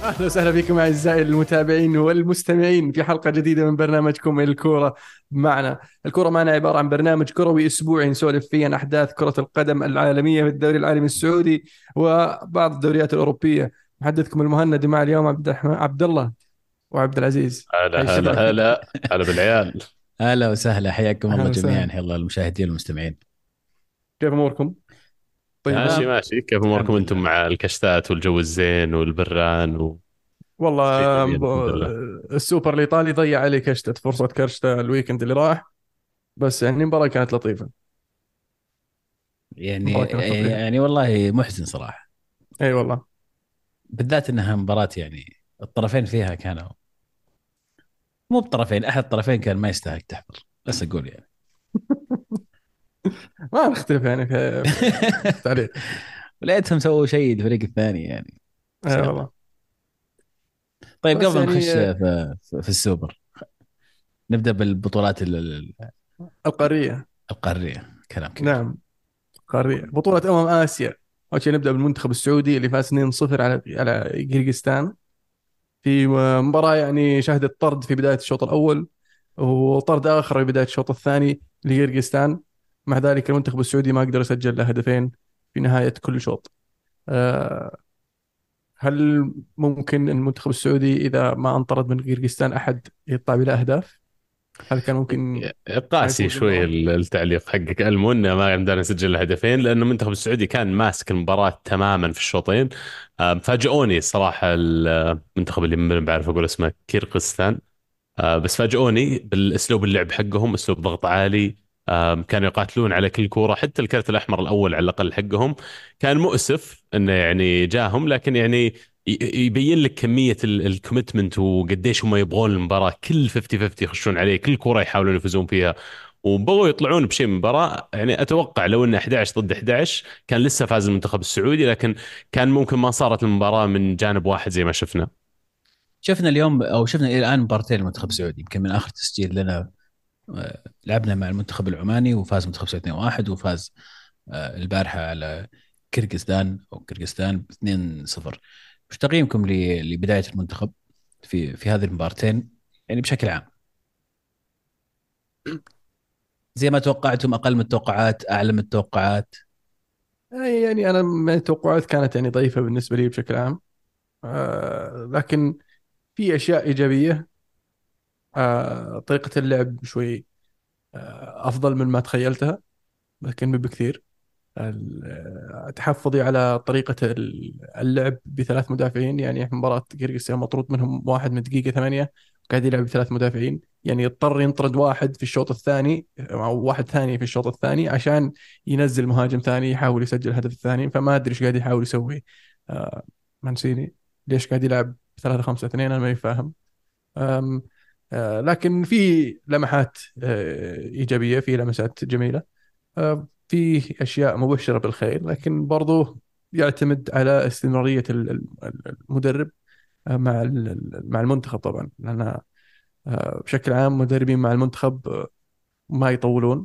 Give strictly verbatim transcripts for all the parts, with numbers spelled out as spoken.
أهلا وسهلا فيكم أعزائي المتابعين والمستمعين في حلقة جديدة من برنامجكم الكورة معنا. الكورة معنا عبارة عن برنامج كروي أسبوعي نسولف فيه عن أحداث كرة القدم العالمية في الدوري العالمي السعودي وبعض الدوريات الأوروبية. محدثكم المهند مع اليوم عبد الرحمن عبد الله وعبد العزيز. هلا حي هلا الشباب. هلا هلا بالعيال. اهلا وسهلا، حياكم أهلا الله جميعا، وسهلا. حيا الله المشاهدين والمستمعين. كيف أموركم؟ ماشي طيبين. تمام. ماشي، كيف الحمد اموركم انتم لله. مع الكشتات والجو الزين والبران و... والله شيء جميل ب- الحمد لله. السوبر الإيطالي ضيع علي كشتة فرصة كرشتة الويكند اللي راح، بس يعني المباراة كانت لطيفة. يعني المباراة كانت يعني لطيفة. يعني والله محزن صراحه، اي والله. بالذات انها مباراه يعني الطرفين فيها كانوا، مو بطرفين، احد الطرفين كان ما يستحق تحضر، بس اقول يعني. ما نختلف يعني في في التعليق. ولقيتهم سووا شيء الفريق الثاني يعني، اي بس يلا. والله. طيب بس قبل ما يعني نخش آه، في, في, في السوبر، نبدا بالبطولات ال- ال- القارية. القاريه، كلام كبير. نعم. قارية بطولة أمم آسيا. أول شيء نبدأ بالمنتخب السعودي اللي فاز اثنين صفر على على قرقستان في مباراة يعني شهدت طرد في بداية الشوط الأول وطرد آخر في بداية الشوط الثاني لقرقستان. مع ذلك المنتخب السعودي ما قدر يسجل له هدفين في نهاية كل شوط. آه، هل ممكن المنتخب السعودي إذا ما انطرد من قرقستان أحد يطلع بلا أهداف؟ هل كان ممكن ما قاسي يفوز شوي بالمباراة؟ ال- التعليق حقك. المهم ما عندنا نسجل هدفين لانه المنتخب السعودي كان ماسك المباراه تماما في الشوطين. آم، فاجئوني صراحه المنتخب اللي ما بعرف اقول اسمه كيرغستان. آه، بس فاجئوني بالاسلوب اللعب حقهم، اسلوب ضغط عالي. آم، كانوا يقاتلون على كل كوره، حتى الكرت الاحمر الاول على الاقل حقهم كان مؤسف انه يعني جاهم، لكن يعني ي- يبين لك كميه الكوميتمنت وقديش هم يبغون المباراه. كل خمسين خمسين يخشون عليه، كل كوره يحاولون يفوزون فيها وبغوا يطلعون بشيء من المباراه. يعني اتوقع لو انه احد عشر ضد احد عشر كان لسه فاز المنتخب السعودي، لكن كان ممكن ما صارت المباراه من جانب واحد زي ما شفنا. شفنا اليوم او شفنا الى الان مباراتين المنتخب السعودي، يمكن من اخر تسجيل لنا آه، لعبنا مع المنتخب العماني وفاز المنتخب السعودي اثنين واحد، وفاز آه، البارحه على كyrgyzstan او كyrgyzstan اثنين صفر. وش تقييمكم ل- لبدايه المنتخب في في هذه المباراتين يعني بشكل عام؟ زي ما توقعتم، اقل من التوقعات، اعلى من التوقعات؟ يعني أنا من التوقعات كانت يعني ضعيفة بالنسبة لي بشكل عام. آه لكن في أشياء إيجابية. آه طريقة اللعب شوي آه أفضل من ما تخيلتها، لكن مو بكثير. ال- تحفظي على طريقة ال- اللعب بثلاث مدافعين. يعني في مباراة قرقسيا مطرود منهم واحد من دقيقة ثمانية، قاعد يلعب بثلاث مدافعين. يعني يضطر ينطرد واحد في الشوط الثاني أو واحد ثاني في الشوط الثاني عشان ينزل مهاجم ثاني يحاول يسجل الهدف الثاني. فما أدري إيش قاعد يحاول يسوي. آه مانسيني ليش قاعد يلعب ثلاثة خمسة اثنين؟ أنا ماني فاهم. آم، آه لكن في لمحات آه إيجابية، في لمسات جميلة. آه، في أشياء مبشرة بالخير، لكن برضو يعتمد على استمرارية ال- ال- المدرب آه، مع ال- مع المنتخب طبعا، لأن آه، بشكل عام مدربين مع المنتخب آه، ما يطولون.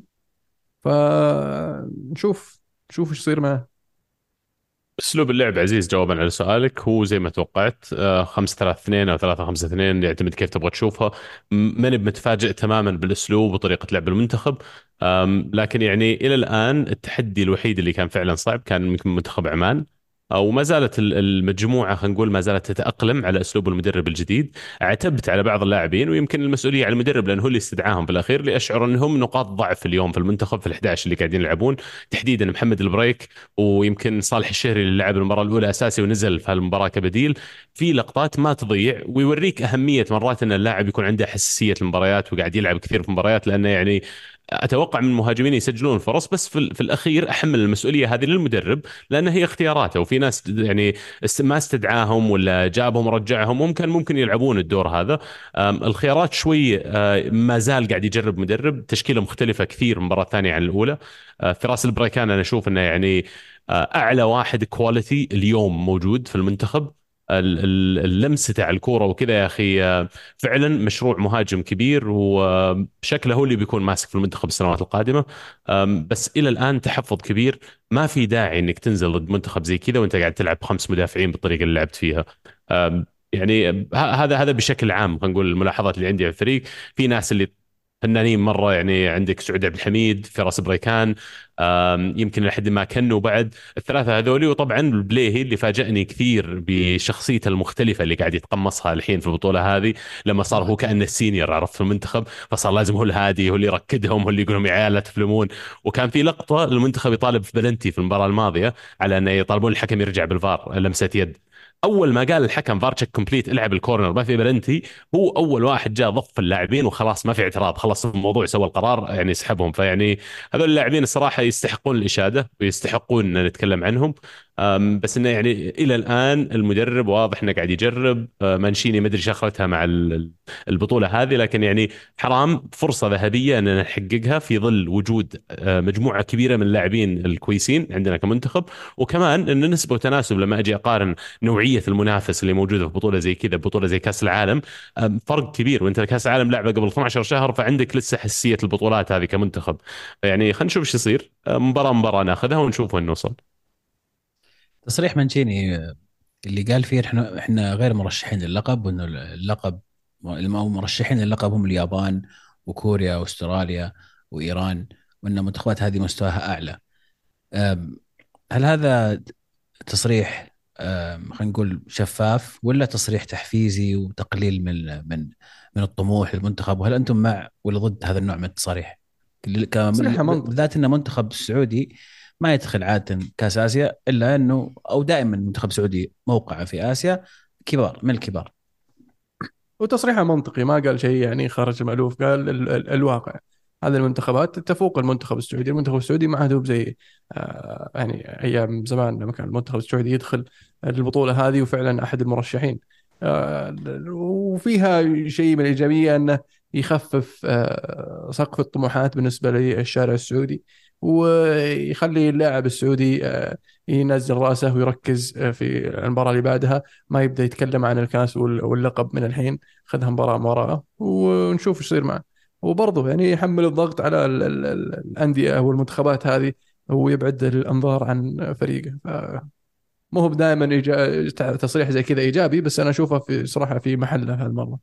فنشوف نشوف ايش يصير معه. اسلوب اللعب عزيز، جوابا على سؤالك، هو زي ما توقعت. آه، خمسة ثلاثة اثنين او ثلاثة خمسة اثنين، يعتمد كيف تبغى تشوفها. م- ماني متفاجئ تماما بالاسلوب وطريقه لعب المنتخب. آم، لكن يعني الى الان التحدي الوحيد اللي كان فعلا صعب كان يمكن منتخب عمان. او ما زالت ال- المجموعه، خلينا نقول، ما زالت تتاقلم على اسلوب المدرب الجديد. عتبت على بعض اللاعبين، ويمكن المسؤوليه على المدرب لانه هو اللي استدعاهم بالاخير، لاشعر انهم نقاط ضعف اليوم في المنتخب في ال احد عشر اللي قاعدين يلعبون، تحديدا محمد البريك. ويمكن صالح الشهري اللي لعب المباراه الاولى اساسي ونزل في هالمباراه كبديل. في لقطات ما تضيع، ويوريك اهميه مرات ان اللاعب يكون عنده حساسيه المباريات وقاعد يلعب كثير في المباريات، لانه يعني اتوقع من المهاجمين يسجلون فرص، بس في, ال- في الاخير احمل المسؤوليه هذه للمدرب، لان هي اختياراته. وفي ناس يعني است- ما استدعاهم ولا جابهم ورجعهم، ممكن ممكن يلعبون الدور هذا. أم، الخيارات شوي، أه، ما زال قاعد يجرب مدرب تشكيله مختلفه كثير من مباراه ثانيه عن الاولى. أه، فراس البريكان انا اشوف انه يعني آه، اعلى واحد كواليتي اليوم موجود في المنتخب. ال- ال- اللمسة على الكوره وكذا يا اخي، آه، فعلا مشروع مهاجم كبير، وشكله هو اللي بيكون ماسك في المنتخب السنوات القادمه. آم، بس الى الان تحفظ كبير. ما في داعي انك تنزل ضد منتخب زي كذا وانت قاعد تلعب بخمس مدافعين بالطريقه اللي لعبت فيها. آم، يعني ه- هذا هذا بشكل عام، خلينا نقول الملاحظات اللي عندي على الفريق. في ناس اللي فنانين مره، يعني عندك سعود عبد الحميد، فراس بريكان، آم، يمكن لحد ما كانوا بعد الثلاثه هذولي. وطبعا البليهي اللي فاجأني كثير بشخصيته المختلفه اللي قاعد يتقمصها الحين في البطوله هذه، لما صار هو كأنه السينيور، عرفت، في المنتخب. فصار لازم هو الهادي، هو اللي يركدهم، هو اللي يقول لهم يا عيال لا تفلمون. وكان في لقطه المنتخب يطالب في بلنتي في المباراه الماضيه على انه يطالبون الحكم يرجع بالفار لمسه يد. اول ما قال الحكم فار تشيك كومبليت، العب الكورنر ما في بلنتي، هو اول واحد جاء ضف اللاعبين وخلاص ما في اعتراض، خلص الموضوع، سوى القرار يعني سحبهم. فيعني هذول اللاعبين الصراحه يستحقون الاشاده ويستحقون ان نتكلم عنهم. أم، بس انه يعني الى الان المدرب واضح انه قاعد يجرب. أه، مانشيني ما ادري شخرتها مع ال- البطوله هذه، لكن يعني حرام، فرصه ذهبيه اننا نحققها في ظل وجود أه، مجموعه كبيره من اللاعبين الكويسين عندنا كمنتخب. وكمان ان نسبه وتناسب لما اجي اقارن نوعيه المنافس اللي موجوده في بطوله زي كذا بطوله زي كاس العالم، أم، فرق كبير. وانت كاس العالم لعبه قبل اثنا عشر شهر، فعندك لسه حساسيه البطولات هذه كمنتخب. يعني خلينا نشوف ايش يصير. أم، مباراه مباراه ناخذها ونشوف وين نوصل. تصريح مانشيني اللي قال فيه احنا احنا غير مرشحين للقب، وانه اللقب او مرشحين للقب هم اليابان وكوريا واستراليا وايران، وان المنتخبات هذه مستواها اعلى. أم، هل هذا تصريح أم، خلينا نقول شفاف، ولا تصريح تحفيزي وتقليل من من من الطموح للمنتخب؟ وهل انتم مع ولا ضد هذا النوع من التصاريح؟ كم- تصريحه منطقي. بالذات ان المنتخب السعودي ما يدخل عاده كاس اسيا، الا انه او دائما المنتخب السعودي موقعه في اسيا كبار من الكبار. وتصريحه منطقي، ما قال شيء يعني خارج المألوف، قال ال ال الواقع. هذه المنتخبات تفوق المنتخب السعودي. المنتخب السعودي ما عاد هو زي آه يعني ايام زمان لما كان المنتخب السعودي يدخل البطولة هذه وفعلا احد المرشحين. آه وفيها شيء من الإيجابية انه يخفف آه سقف الطموحات بالنسبة للشارع السعودي، ويخلي اللاعب السعودي آه ينزل راسه ويركز آه، في المباراة اللي بعدها، ما يبدأ يتكلم عن الكاس وال- واللقب من الحين، خذها مباراة مباراة ونشوف ايش يصير معه. وبرضه يعني يحمل الضغط على ال ال ال الأندية والمنتخبات هذه، ويبعد الأنظار عن فريقه. فمو هو دائما إيجا... تصريح زي كذا إيجابي، بس أنا أشوفه في صراحة في محله هالمرة.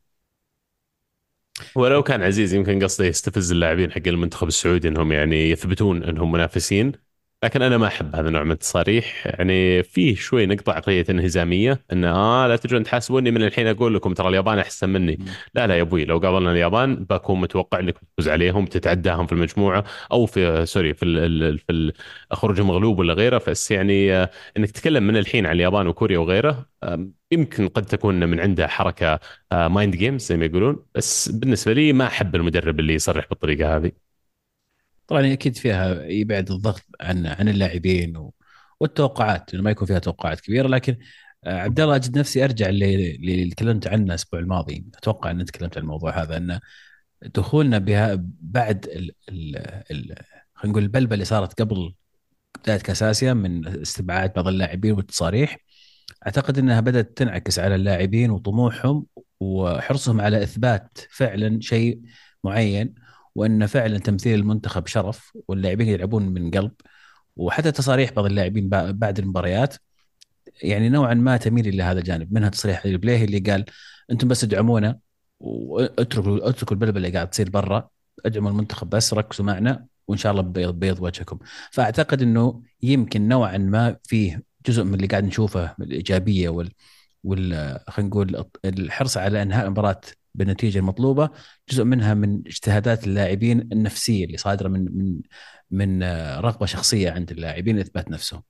ولو كان عزيز يمكن قصده يستفز اللاعبين حق المنتخب السعودي انهم يعني يثبتون انهم منافسين. لكن انا ما احب هذا النوع من التصاريح، يعني فيه شوي نقطة عقلية انهزامية، ان اه لا تجون تحاسبوني من الحين اقول لكم ترى اليابان احسن مني. مم. لا لا يا ابوي، لو قابلنا اليابان بكون متوقع انك تفوز عليهم، تتعداهم في المجموعة، او في سوري في ال ال في ال- خروج مغلوب ولا غيره. بس يعني آه، انك تتكلم من الحين عن اليابان وكوريا وغيره، آم، يمكن قد تكون من عنده حركة مايند جيمز زي ما يقولون. بس بالنسبة لي ما احب المدرب اللي يصرح بالطريقة هذه. طبعا اكيد فيها يبعد الضغط عن عن اللاعبين و- والتوقعات، انه ما يكون فيها توقعات كبيره. لكن آه، عبد الله، اجد نفسي ارجع ل- اللي تكلمت عنه الاسبوع الماضي. اتوقع ان تكلمت عن الموضوع هذا، ان دخولنا بها بعد ال ال ال خلينا نقول البلبله اللي صارت قبل بدايه كاس اسيا من استبعاد بعض اللاعبين والتصاريح، اعتقد انها بدات تنعكس على اللاعبين وطموحهم وحرصهم على اثبات فعلا شيء معين، وان فعلا تمثيل المنتخب شرف واللاعبين يلعبون من قلب. وحتى تصاريح بعض اللاعبين بع- بعد المباريات يعني نوعا ما تميل الى هذا الجانب. منها تصريح البليهي اللي قال انتم بس ادعمونا واتركوا اتركوا البلبله اللي قاعد تصير برا، ادعموا المنتخب بس، ركزوا معنا وان شاء الله بيض بيض وجهكم. فاعتقد انه يمكن نوعا ما فيه جزء من اللي قاعد نشوفه من الايجابيه وال وال خلينا نقول الحرص على انهاء المباراه بالنتيجه المطلوبه، جزء منها من اجتهادات اللاعبين النفسيه اللي صادره من من من آه، رغبه شخصيه عند اللاعبين لاثبات نفسهم.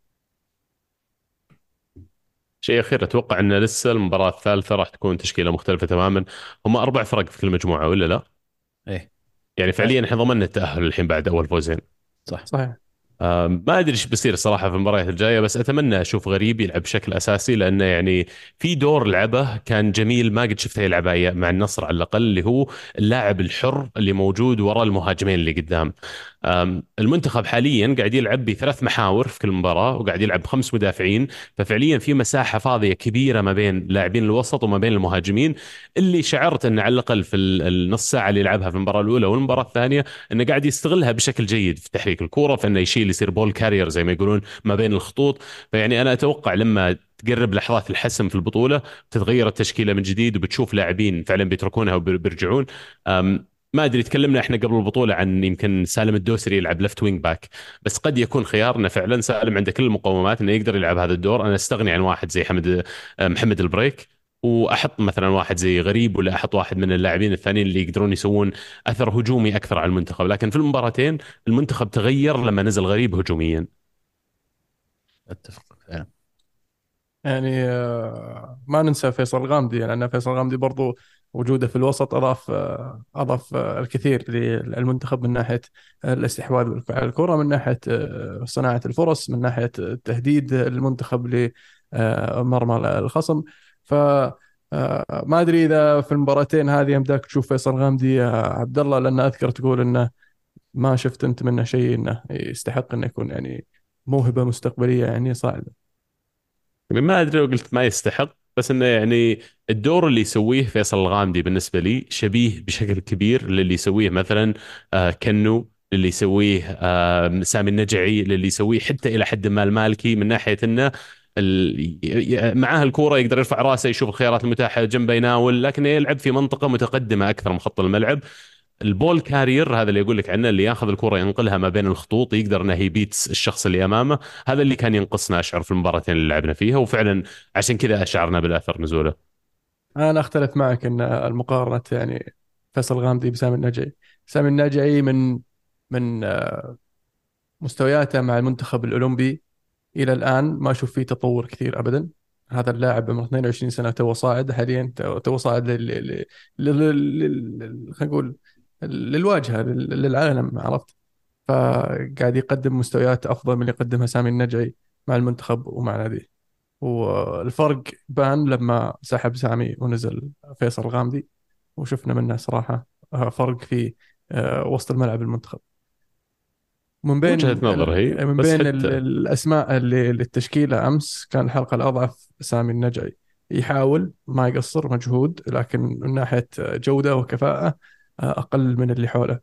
شيء أخير، أتوقع أن لسه المباراة الثالثة راح تكون تشكيلة مختلفة تماما. هم أربع فرق في كل مجموعة ولا لا؟ ايه يعني فعليا احنا ضمننا التأهل الحين بعد أول فوزين. صح. صحيح. آم، ما ادري ايش بيصير الصراحه في المباريات الجايه، بس اتمنى اشوف غريب يلعب بشكل اساسي، لانه يعني في دور لعبه كان جميل ما قد شفته يلعبها مع النصر على الاقل، اللي هو اللاعب الحر اللي موجود وراء المهاجمين اللي قدام. آم، المنتخب حاليا قاعد يلعب بثلاث محاور في كل مباراه، وقاعد يلعب بخمس مدافعين. ففعليا في مساحه فاضيه كبيره ما بين لاعبين الوسط وما بين المهاجمين، اللي شعرت انه على الاقل في ال- النص ساعه اللي يلعبها في المباراه الاولى والمباراه الثانيه انه قاعد يستغلها بشكل جيد في تحريك الكوره، في انه يشيل يصير بول كارير زي ما يقولون ما بين الخطوط. فيعني انا اتوقع لما تقرب لحظات الحسم في البطوله، تتغير التشكيله من جديد وبتشوف لاعبين فعلا بيتركونها وبيرجعون. أم، ما ادري، تكلمنا احنا قبل البطوله عن يمكن سالم الدوسري يلعب لفت وينج باك، بس قد يكون خيارنا فعلا سالم عنده كل المقومات انه يقدر يلعب هذا الدور. انا استغني عن واحد زي حمد محمد البريك، واحط مثلا واحد زي غريب، ولا احط واحد من اللاعبين الثانيين اللي يقدرون يسوون اثر هجومي اكثر على المنتخب. لكن في المباراتين المنتخب تغير لما نزل غريب هجوميا. اتفق فعلا. يعني آه، ما ننسى فيصل الغامدي، لأن فيصل الغامدي برضو وجوده في الوسط أضاف آه، أضاف آه، الكثير للمنتخب، من ناحية الاستحواذ على الكرة، من ناحية آه، صناعة الفرص، من ناحية تهديد المنتخب لمرمى الخصم. ف آه، ما أدري إذا في المباراتين هذه يمداك تشوف فيصل الغامدي يا عبد الله، لأن أذكر تقول إنه ما شفت أنت منه شيء إنه يستحق إنه يكون يعني موهبة مستقبلية يعني صاعدة. يعني ما ادري لو قلت ما يستحق، بس انه يعني الدور اللي يسويه فيصل الغامدي بالنسبه لي شبيه بشكل كبير للي يسويه مثلا آه، كنو، للي يسويه آه، سامي النجعي، للي يسويه حتى الى حد ما المالكي، من ناحيه انه ال- ي- معاه الكوره يقدر يرفع راسه يشوف الخيارات المتاحه جنبه يناول، لكن يلعب في منطقه متقدمه اكثر من خط الملعب. البول كارير هذا اللي يقول لك عنه، اللي ياخذ الكرة ينقلها ما بين الخطوط، يقدر انه يبيتس الشخص اللي امامه. هذا اللي كان ينقصنا اشعر في المباراتين اللي لعبنا فيها، وفعلا عشان كذا اشعرنا بالاثر نزوله. أنا أختلف معك أن المقارنة يعني فيصل غامدي بسامي النجعي. سامي النجعي من من مستوياته مع المنتخب الأولمبي إلى الآن ما أشوف فيه تطور كثير أبدا. هذا اللاعب عمره اثنين وعشرين سنة، تو صاعد حاليا، تو تو صاعد لل لل- لل- لل- خلينا نقول للواجهة، لل- للعالم، عرفت؟ فقاعد يقدم مستويات أفضل من اللي يقدمها سامي النجعي مع المنتخب ومع ناديه. والفرق بان لما سحب سامي ونزل فيصل الغامدي، وشفنا منه صراحة آه، فرق في آه، وسط الملعب المنتخب. من وجهة بين نظر هي، ال... من بس بين ال... حتى الأسماء اللي للتشكيلة أمس كان الحلقة الأضعف سامي النجعي. يحاول ما يقصر مجهود، لكن من ناحية جودة وكفاءة آه، أقل من اللي حوله.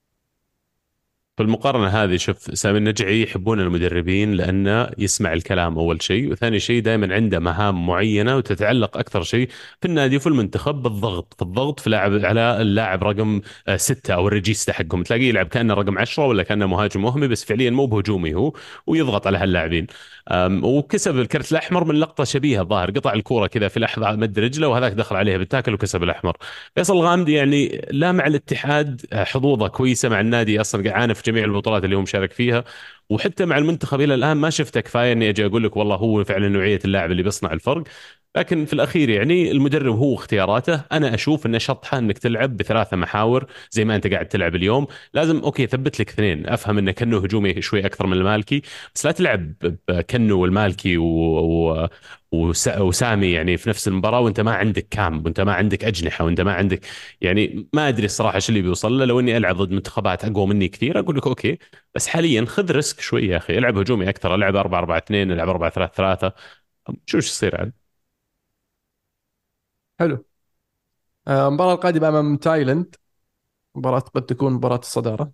في المقارنة هذه شوف، سامي النجعي يحبون المدربين لأنه يسمع الكلام أول شيء، وثاني شيء دائما عنده مهام معينة وتتعلق أكثر شيء في النادي وفي المنتخب بالضغط، في الضغط في لاعب على اللاعب رقم آه، ستة أو الريجيستا حقهم، تلاقيه يلعب كأنه رقم عشرة ولا كأنه مهاجم وهمي، بس فعليا مو بهجومي هو، ويضغط على هاللاعبين. أم، وكسب الكرت الأحمر من لقطة شبيهة، الظاهر قطع الكورة كذا في لحظة مد رجله، وهذاك دخل عليها بالتاكل وكسب الأحمر. فيصل الغامدي يعني لا مع الاتحاد آه، حظوظه كويسه، مع النادي اصلا عانى في جميع البطولات اللي هو مشارك فيها، وحتى مع المنتخب الى الان ما شفته كفايه اني اجي اقول لك والله هو فعلا نوعيه اللاعب اللي بيصنع الفرق. لكن في الاخير يعني المدرب هو اختياراته. انا اشوف ان شطحه انك تلعب بثلاثه محاور زي ما انت قاعد تلعب اليوم. لازم اوكي ثبت لك اثنين، افهم انه كانه هجومي شوي اكثر من المالكي، بس لا تلعب كانه والمالكي و... و... وس... وسامي يعني في نفس المباراه وانت ما عندك كام، وانت ما عندك اجنحه، وانت ما عندك يعني. ما ادري الصراحه ايش اللي بيوصل له. لو اني العب ضد منتخبات اقوى مني كثير اقول لك اوكي، بس حاليا خذ ريسك شوي يا اخي، العب هجومي اكثر، العب أربعة أربعة اثنين، العب أربعة ثلاثة ثلاثة، شو ايش يصير عاد. حلو. آه، المباراة القادمة أمام تايلاند، مباراة قد تكون مباراة الصدارة.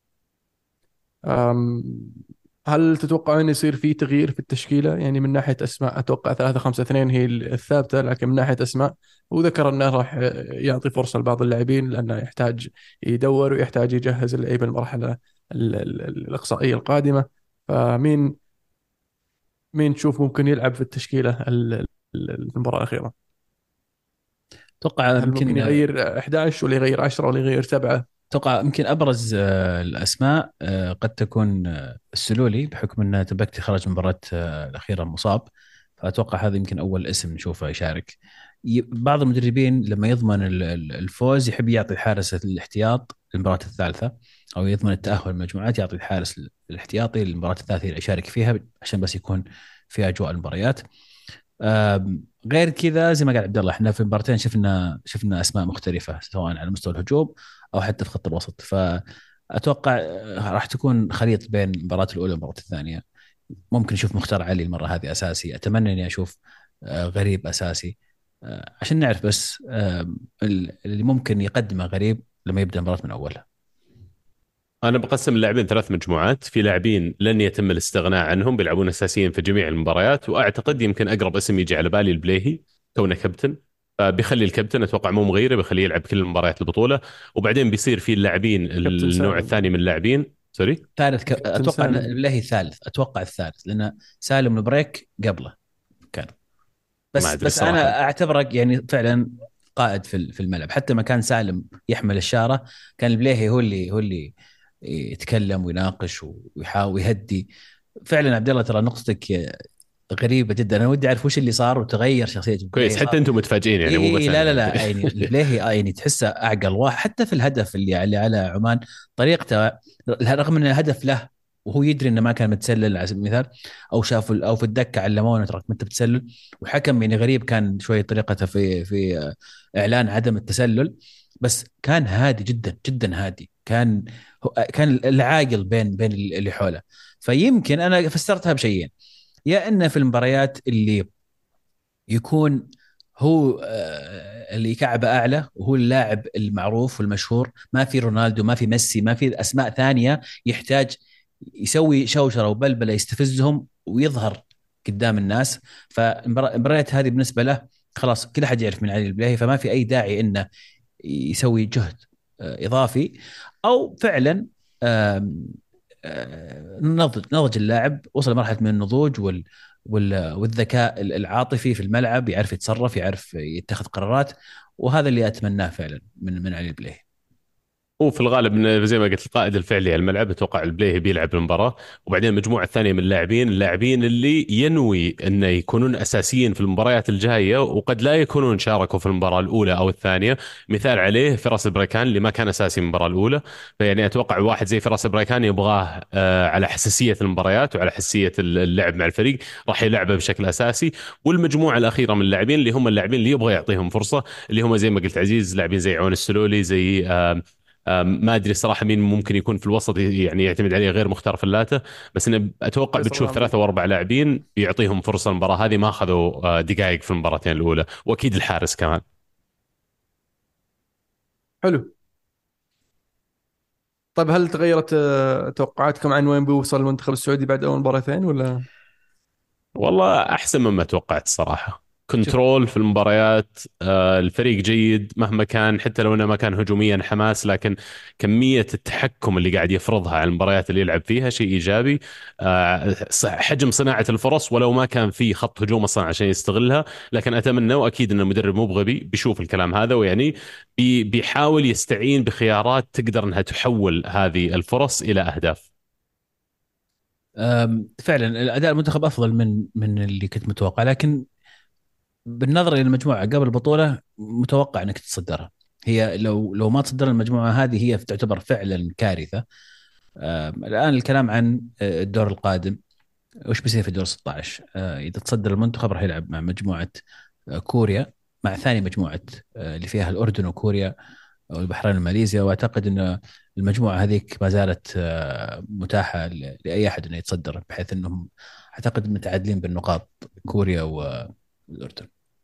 أم، هل تتوقع أن يصير في تغيير في التشكيلة؟ يعني من ناحية أسماء أتوقع ثلاثة خمسة اثنين هي الثابتة، لكن من ناحية أسماء، وذكر أنه راح يعطي فرصة لبعض اللاعبين لأنه يحتاج يدور ويحتاج يجهز اللعيبة المرحلة ال- ال- الإقصائية القادمة. فمين مين تشوف ممكن يلعب في التشكيلة ال- ال- المباراة الأخيرة؟ اتوقع هل ممكن يمكن يغير أحد عشر ولا يغير عشرة ولا يغير سبعة؟ اتوقع يمكن ابرز آه، الاسماء آه، قد تكون آه، السلولي، بحكم ان تبكتي خرج من المباراه آه، الاخيره مصاب. فاتوقع هذا يمكن اول اسم نشوفه يشارك. ي- بعض المدربين لما يضمن ال- ال- الفوز يحب يعطي الحارس الاحتياط للمباراه الثالثه، او يضمن التاهل المجموعات يعطي الحارس الاحتياطي للمباراه الثالثه اللي يشارك فيها، عشان بس يكون في اجواء المباريات. آم، غير كذا زي ما قال عبد الله، احنا في المباراتين شفنا شفنا اسماء مختلفه سواء على مستوى الهجوم او حتى في خط الوسط. فاتوقع آه، راح تكون خليط بين المباراه الاولى والمباراه الثانيه. ممكن نشوف مختار علي المره هذه اساسي، اتمنى اني اشوف آه، غريب اساسي، آه، عشان نعرف بس آم، ال- اللي ممكن يقدمه غريب لما يبدا المباراه من اولها. انا بقسم اللاعبين ثلاث مجموعات. في لاعبين لن يتم الاستغناء عنهم، بيلعبون اساسيين في جميع المباريات، واعتقد يمكن اقرب اسم يجي على بالي البليهي، كونه كابتن. فبيخلي الكابتن اتوقع مو مغيره، بيخليه يلعب كل المباريات البطوله. وبعدين بيصير في اللاعبين كابتن النوع سالم. الثاني من اللاعبين. سوري. ثالث ك... كابتن اتوقع ان سالم. بالله الثالث، اتوقع الثالث، لان سالم البريك قبله كان. ما بس ادري بس صراحه. انا اعتبرك يعني فعلا قائد في في الملعب. حتى ما كان سالم يحمل الشاره، كان البليهي هو اللي هو اللي يتكلم ويناقش ويحاول يهدي. فعلا عبد الله، ترى نقطتك غريبه جدا. انا ودي اعرف وش اللي صار وتغير شخصيه كويس، البليهي حتى صار. انتم متفاجئين اي يعني، مو بس لا لا انا. لا، يعني البليهي آه يعني تحسه اعقل واحد. حتى في الهدف اللي على على عمان، طريقته، رغم ان الهدف له وهو يدري انه ما كان متسلل على سبيل المثال، او شاف او في الدكه علمونا تراك ما انت بتسلل. وحكم يعني غريب كان شويه طريقته في في آه، اعلان عدم التسلل. بس كان هادي جدا جدا هادي. كان هو- كان العاقل بين بين اللي حوله. فيمكن انا فسرتها بشيئين: يا انه في المباريات اللي يكون هو آه، اللي كعبه اعلى وهو اللاعب المعروف والمشهور، ما في رونالدو، ما في ميسي، ما في اسماء ثانيه يحتاج يسوي شوشره وبلبله يستفزهم ويظهر قدام الناس. فالمباريات هذه بالنسبه له خلاص كل احد يعرف من علي البلاهي، فما في اي داعي انه يسوي جهد آه، اضافي. او فعلا آم، آه، نضج نضج اللاعب، وصل لمرحله من النضوج وال وال- والذكاء العاطفي في الملعب، يعرف يتصرف، يعرف يتخذ قرارات. وهذا اللي اتمناه فعلا من من علي البلاهي. هو في الغالب إنه زي ما قلت القائد الفعلي على الملعب، اتوقع البلاي بيلعب المباراه. وبعدين المجموعه الثانيه من اللاعبين، اللاعبين اللي ينوي انه يكونون اساسيين في المباريات الجايه، وقد لا يكونون شاركوا في المباراه الاولى او الثانيه. مثال عليه فراس بريكان اللي ما كان اساسي المباراه الاولى. فيعني اتوقع واحد زي فراس بريكان يبغاه آه، على حساسيه المباريات وعلى حساسيه اللعب مع الفريق، راح يلعبه بشكل اساسي. والمجموعه الاخيره من اللاعبين اللي هم اللاعبين اللي يبغى يعطيهم فرصه، اللي هم زي ما قلت عزيز، لاعبين زي عون السلولي، زي آه، ما ادري صراحه مين ممكن يكون في الوسط يعني يعتمد عليه غير مختار فلاته. بس انه اتوقع فيصل بتشوف العمري. ثلاثه واربع لاعبين بيعطيهم فرصه. المباراه هذه ما اخذوا آه، دقائق في المباراتين الاولى، واكيد الحارس كمان. حلو. طيب هل تغيرت آه، توقعاتكم عن وين بيوصل المنتخب السعودي بعد اول مباراتين ولا؟ والله احسن مما توقعت الصراحه. شوف. كنترول في المباريات، آه، الفريق جيد مهما كان، حتى لو انه ما كان هجوميا حماس، لكن كميه التحكم اللي قاعد يفرضها على المباريات اللي يلعب فيها شيء ايجابي. آه، ص- حجم صناعه الفرص، ولو ما كان في خط هجوم اصلا عشان يستغلها. لكن اتمنى واكيد ان المدرب مو بغبي، بيشوف الكلام هذا ويعني بي- بيحاول يستعين بخيارات تقدر انها تحول هذه الفرص الى اهداف. أم، فعلا الاداء المنتخب افضل من من اللي كنت متوقع. لكن بالنظر الى المجموعه قبل البطوله، متوقع انك تتصدرها. هي لو لو ما تصدر المجموعه هذه، هي تعتبر فعلا كارثه. أم، الان الكلام عن آه، الدور القادم، وش بيصير في دور ستة عشر. آه، اذا تصدر المنتخب راح يلعب مع مجموعه آه، كوريا، مع ثاني مجموعه آه، اللي فيها الاردن وكوريا والبحرين وماليزيا. واعتقد ان المجموعه هذيك ما زالت آه، متاحه ل- لاي احد انه يتصدر، بحيث انهم اعتقد متعادلين بالنقاط، كوريا والاردن.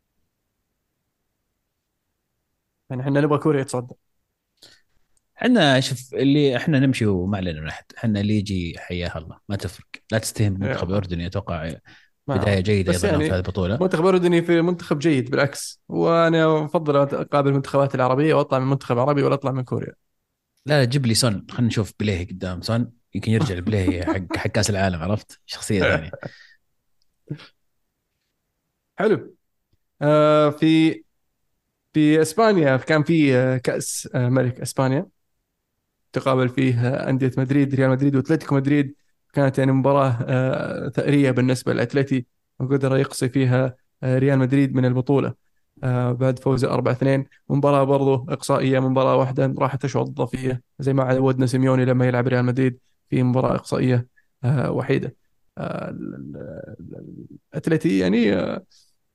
يعني احنا نبغى كوريا يتصدر. احنا شوف، اللي احنا نمشي وما علينا من احد. احنا اللي يجي حياه الله، ما تفرق. لا تستهين بالمنتخب يلا. الاردني، اتوقع ما بدايه أعرف. جيده بس ايضا لهم في هذه يعني البطوله. منتخب اردني في منتخب جيد بالعكس، وانا افضل اقابل المنتخبات العربيه واطلع من منتخب عربي ولا اطلع من كوريا. لا لا، جيب لي سون، خلينا نشوف بليهي قدام سون. يمكن يرجع البليهي حق حق كاس العالم، عرفت شخصيه ثانيه. حلو. آه في في اسبانيا كان في آه، كاس آه، ملك اسبانيا، تقابل فيه آه، انديه مدريد، ريال مدريد واتلتيكو مدريد. كانت يعني مباراه آه، ثأريه بالنسبه للاتلتي، وقدر يقصي فيها آه، ريال مدريد من البطوله آه، بعد فوزه أربعة اثنين. مباراه برضو اقصائيه، مباراه واحده راحت اشواط اضافيه زي ما عودنا سيميوني لما يلعب ريال مدريد في مباراه اقصائيه آه، وحيده. آه، ال- ال- ال- الاتلتي يعني آه،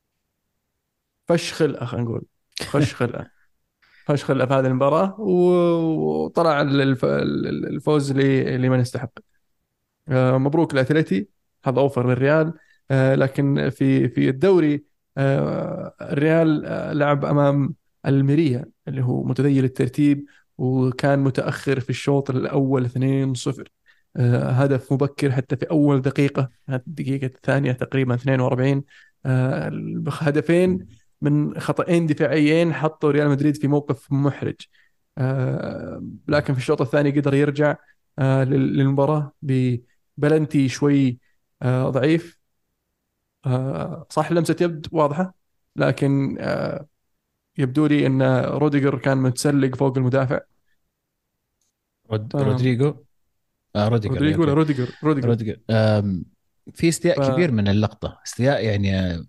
فش خلقه، خلينا نقول خش خلقه فش خلقه في هذه المباراه، و- وطلع الف- الفوز ل- لمن يستحق. آه، مبروك الأثليتي، حظ أوفر للريال. آه، لكن في في الدوري آه، الريال آه، لعب أمام الميريا اللي هو متذيل الترتيب، وكان متأخر في الشوط الأول اثنين صفر. آه، هدف مبكر حتى في أول دقيقة، كانت الدقيقة الثانية تقريبا اثنين وأربعين. آه، هدفين من خطأين دفاعيين حطوا ريال مدريد في موقف محرج. آه، لكن في الشوط الثاني قدر يرجع آه، لل- للمباراة ببلنتي شوي آه، ضعيف. آه، صح لمسة يد واضحة، لكن آه، يبدو لي ان روديجر كان متسلق فوق المدافع. رود... ف- رودريجو. آه روديجر، اي رودريجو ولا اوكي. روديجر روديجر روديجر. آم... في استياء كبير من اللقطة، استياء يعني آه،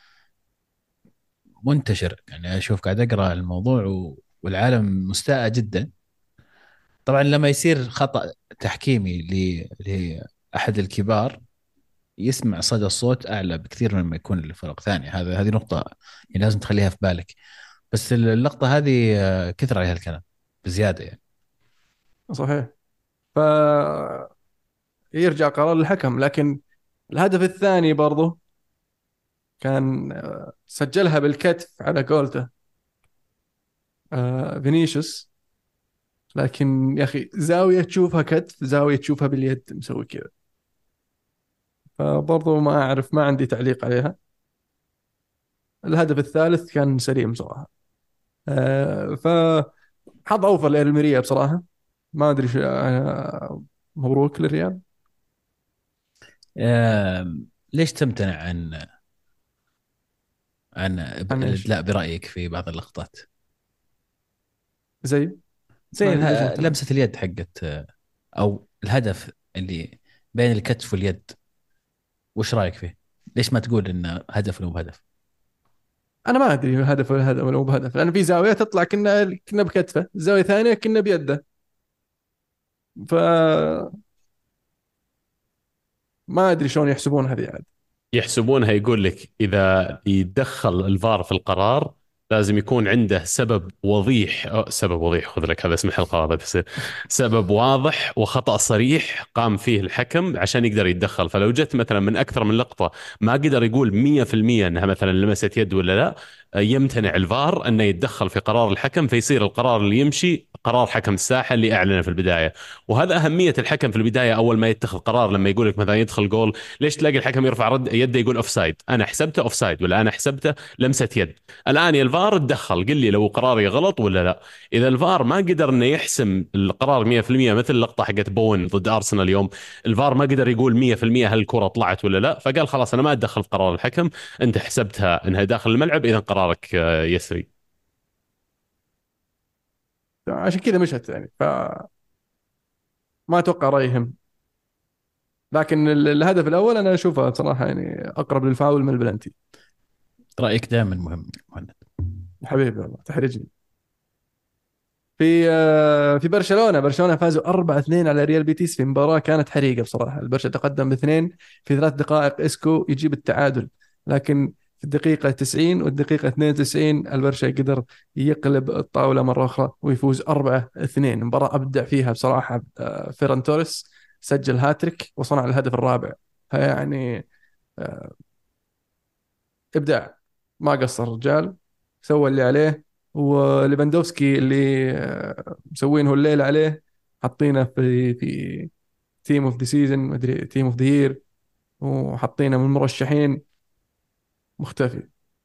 منتشر. يعني اشوف قاعد اقرا الموضوع و... والعالم مستاء جدا. طبعا لما يصير خطأ تحكيمي ل... لأحد الكبار، يسمع صدى الصوت اعلى بكثير مما يكون لفرق ثانيه. هذا هذه نقطه يعني لازم تخليها في بالك. بس اللقطه هذه آه، كثر عليها الكلام بزياده يعني. صحيح. ف يرجع قرار الحكم، لكن الهدف الثاني برضه كان آه، سجلها بالكتف على قولته آه، فينيسيوس. لكن يا اخي زاويه تشوفها كتف، زاويه تشوفها باليد مسوي كذا. فبرضه ما اعرف، ما عندي تعليق عليها. الهدف الثالث كان سليم صراحه. آه، فحظ اوفر للميريا بصراحه. ما ادري شو آه، مبروك للريال. آم، ليش تمتنع عن عن عن ايش؟ الادلاء برايك في بعض اللقطات؟ زي زي ما ادري ليش اله- مهتم. لمسه اليد حقت آه، او الهدف اللي بين الكتف واليد، وش رايك فيه؟ ليش ما تقول انه هدف ولا مو بهدف؟ انا ما ادري هدف ولا هدف ولا مو بهدف، لان في زاويه تطلع كنا كنا بكتفه، زاويه ثانيه كنا بيده. ف ما ادري شلون يحسبون هذه عاد. يحسبونها، يقول لك إذا يتدخل الفار في القرار لازم يكون عنده سبب وضيح، أو سبب وضيح، خذ لك هذا اسم الحلقة، هذا بس سبب واضح وخطأ صريح قام فيه الحكم عشان يقدر يتدخل. فلو جت مثلا من أكثر من لقطة ما قدر يقول مية في المية أنها مثلا لمست يد ولا لا، يمتنع الفار أنه يتدخل في قرار الحكم، فيصير القرار اللي يمشي قرار حكم الساحة اللي أعلنه في البداية. وهذا أهمية الحكم في البداية أول ما يتخذ قرار. لما يقول لك مثلا يدخل جول، ليش تلاقي الحكم يرفع رد يده يقول اوف سايد؟ انا حسبته اوف سايد ولا انا حسبته لمسه يد؟ الان يا الفار اتدخل قل لي لو قراري غلط ولا لا. اذا الفار ما قدر انه يحسم القرار مية في المية، مثل اللقطه حقت بون ضد ارسنال اليوم، الفار ما قدر يقول مية في المية هل الكره طلعت ولا لا، فقال خلاص انا ما اتدخل في قرار الحكم، انت حسبتها انها داخل الملعب اذا قرارك آه، يسري. عشان كذا مشت يعني، فما اتوقع رايهم. لكن ال- الهدف الاول انا اشوفه بصراحه يعني اقرب للفاول من البلنتي. رايك دائما مهم مهند. حبيبي والله تحرجني. في آه، في برشلونه برشلونه فازوا أربعة اثنين على ريال بيتيس في مباراه كانت حريقه بصراحه. البرشا تقدم باثنين في ثلاث دقائق، اسكو يجيب التعادل. لكن في الدقيقه تسعين والدقيقه اثنين وتسعين البرشا قدر يقلب الطاوله مره اخرى ويفوز أربعة اثنين. مباراه ابدع فيها بصراحه آه، فيران توريس، سجل هاتريك وصنع الهدف الرابع. يعني آه، ابداع، ما قصر الرجال، سوى اللي عليه. وليفاندوفسكي اللي آه، مسوينه الليل عليه، حاطينه في في تيم اوف ذا سيزون، مدري تيم اوف ذا يير، وحاطينه من المرشحين، مختفي.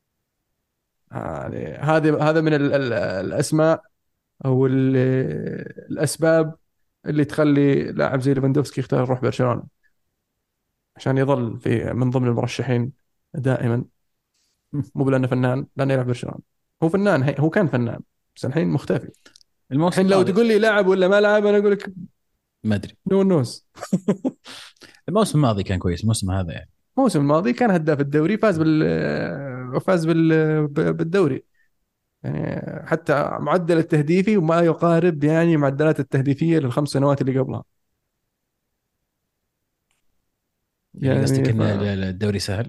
يعني هذه هذا من ال ال الاسماء او ال- الاسباب اللي تخلي لاعب زي ليفاندوفسكي يختار يروح برشلونة عشان يظل في من ضمن المرشحين دائما. مو لانه فنان، لانه يلعب برشلونة. هو فنان، هي هو كان فنان، بس الحين مختفي. الموسم الحين لو الماضي تقول لي لاعب ولا ما لاعب انا اقول لك ما ادري. نو نوز. الموسم الماضي كان كويس، الموسم هذا يعني. الموسم الماضي كان هداف الدوري، فاز بال فاز بال بالدوري. يعني حتى معدل التهديفي وما يقارب يعني معدلات التهديفية للخمس سنوات اللي قبلها. يعني قصدك يعني ف... ان الدوري سهل؟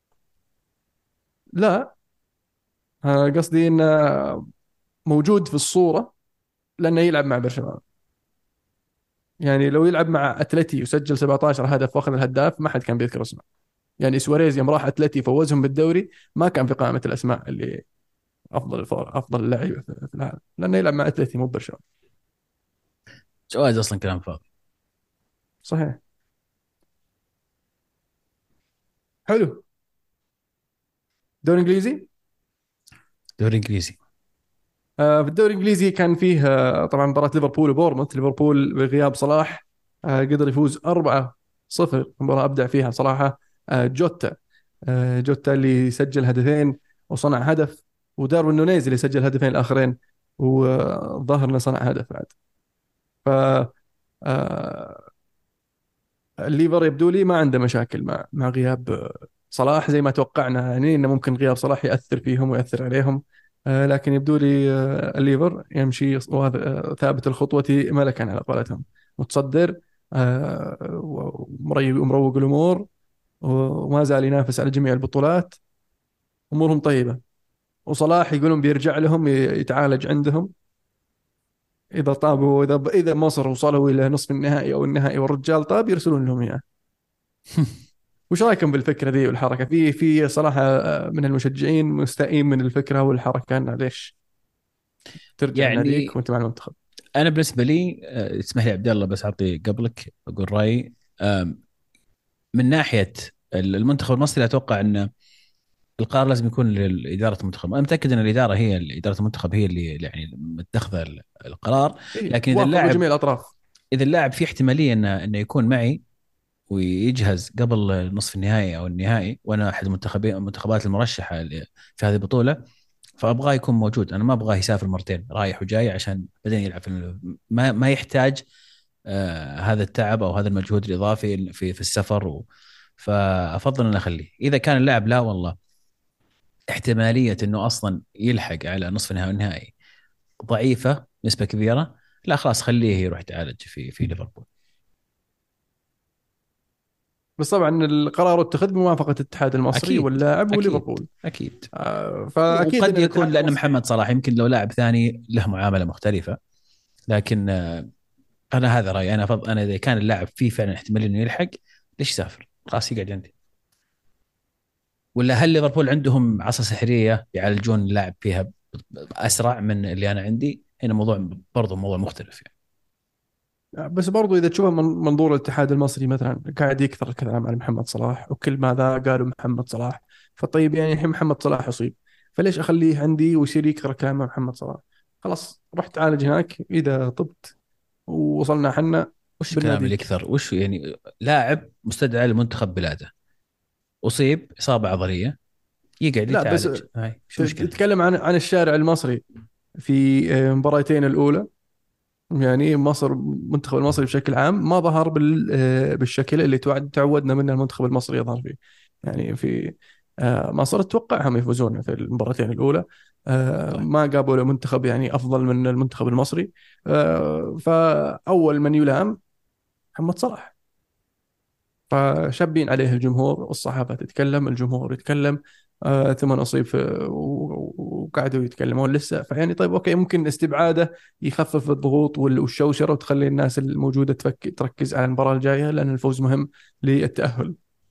لا، أنا قصدي انه موجود في الصورة لانه يلعب مع برشلونة. يعني لو يلعب مع اتلتي وسجل سبعة عشر هدف واخذ الهداف ما حد كان بيذكر اسمه. يعني سواريز يوم راح اتلتي فوزهم بالدوري ما كان في قائمة الاسماء اللي افضل الفور افضل لعيبه في في العالم، لانه يلعب مع اتلتي مو برشلونه. جواز اصلا كلام فاضي. صحيح. حلو. دوري انجليزي. دوري انجليزي. آه، في الدوري الانجليزي كان فيه آه، طبعا مباراة ليفربول وبورموث. ليفربول بغياب صلاح آه، قدر يفوز أربعة صفر. مباراة ابدع فيها صراحة. آه، جوتا آه، جوتا اللي سجل هدفين وصنع هدف، وداروين نونيز اللي سجل هدفين الاخرين، وظهر انه صنع هدف بعد. ف آه، الليفر يبدو لي ما عنده مشاكل مع مع غياب آه، صلاح زي ما توقعنا، يعني انه ممكن غياب صلاح ياثر فيهم وياثر عليهم. آه، لكن يبدو لي آه، الليفر يمشي وهذا آه، ثابت الخطوة ملكا على قولتهم، متصدر آه، ومريق ومروق الامور، وما زال ينافس على جميع البطولات، امورهم طيبة. وصلاح يقولون بيرجع لهم ي- يتعالج عندهم اذا طابوا، اذا اذا مصر وصلوا الى نصف النهائي او النهائي والرجال طاب يرسلون لهم اياه. وش رايكم بالفكره ذي والحركه؟ في في صراحه آه، من المشجعين مستائين من الفكره والحركه، انه ليش ترجع لناديك يعني وانت مع المنتخب؟ انا بالنسبه لي آه، اسمح لي عبد الله بس اعطي قبلك اقول رايي. آم، من ناحيه المنتخب المصري اتوقع ان القرار لازم يكون لاداره المنتخب. انا متاكد ان الاداره هي اداره المنتخب هي اللي يعني متخذه القرار. اي لكن اذا وافقوا اللاعب جميع الاطراف. اذا اللاعب في احتماليه انه انه يكون معي ويجهز قبل نصف النهائي او النهائي، وانا احد المنتخبين المنتخبات المرشحه ل- في هذه البطوله، فابغاه يكون موجود. انا ما ابغاه يسافر مرتين رايح وجاي عشان بعدين يلعب في ال- ما ما يحتاج آه هذا التعب او هذا المجهود الاضافي في في السفر و فافضل ان اخليه. اذا كان اللاعب لا والله احتماليه انه اصلا يلحق على نصف النهائي والنهائي ضعيفه نسبه كبيره، لا خلاص خليه يروح يتعالج في في ليفربول. بس طبعا القرار اتخذ بموافقه الاتحاد المصري اكيد واللاعب اكيد وليفربول. اكيد. آه، فاكيد ان وقد يكون الاتحاد لان المصري. محمد صلاح يمكن لو لاعب ثاني له معامله مختلفه، لكن آه، انا هذا رايي. انا فض... انا اذا كان اللاعب فيه فعلا احتمال انه يلحق ليش يسافر؟ خلاص يقعد عندي. ولا هل ليفربول عندهم عصا سحريه يعالجون اللاعب فيها ب- اسرع من اللي انا عندي؟ هنا موضوع برضه موضوع مختلف يعني. بس برضو اذا تشوفها من منظور الاتحاد المصري مثلا، قاعد يكثر الكلام عن محمد صلاح وكل ما ذا قالوا محمد صلاح. فطيب يعني الحين محمد صلاح يصيب، فليش اخليه عندي ويصير يكثر الكلام عن محمد صلاح؟ خلاص رحت عالج هناك، اذا طبت ووصلنا حنا وش الكلام اللي بالناديك. يكثر؟ وش يعني لاعب مستدعى لمنتخب بلاده اصيب اصابه عضليه يقعد لا بس يتعالج، هاي شو ت- المشكله؟ تتكلم عن عن الشارع المصري في آه، مباراتين الاولى. يعني مصر، المنتخب المصري بشكل عام ما ظهر بال آه، بالشكل اللي توعد تعودنا منه المنتخب المصري يظهر فيه. يعني في آه، مصر اتوقعهم يفوزون في المباراتين الاولى. آه، طيب. ما قابلوا منتخب يعني افضل من المنتخب المصري. آه، فاول من يلام محمد صلاح. فشابين عليه الجمهور، الصحافة تتكلم، الجمهور يتكلم. آه ثم أصيب في و- وقعدوا يتكلمون لسه. فيعني طيب أوكي، ممكن استبعاده يخفف الضغوط وال- والشوشرة وتخلي الناس الموجودة تفك تركز على المباراة الجاية، لأن الفوز مهم للتأهل.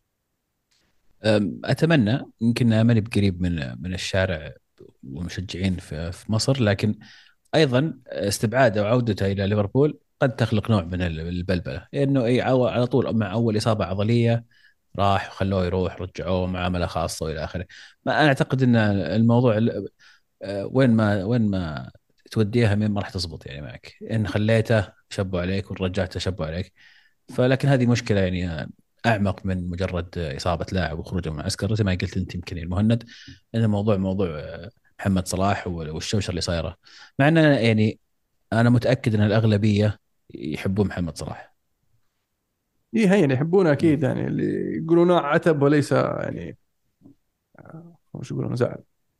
أم، اتمنى. يمكن أنا ماني بقريب من من الشارع والمشجعين في في مصر، لكن ايضا استبعاده وعودته الى ليفربول قد تخلق نوع من البلبله، لانه اي عو- على طول مع اول اصابه عضليه راح وخلوه يروح رجعوه معامله خاصه والى اخره. ما انا اعتقد ان الموضوع ال- آه، وين ما وين ما توديها مين ما راح تزبط يعني معك، ان خليته شبوا عليك ورجعته شبوا عليك. فلكن هذه مشكله يعني اعمق من مجرد اصابه لاعب وخروجه من المعسكر زي ما قلت انت يمكن يا المهند. ان الموضوع موضوع آه، محمد صلاح والشوشره اللي صايره. مع ان أنا يعني انا متاكد ان الاغلبيه يحبون محمد صلاح. إيه هين يحبونه مم. أكيد، يعني اللي يقولون عتب وليس يعني وش يقولون زعل.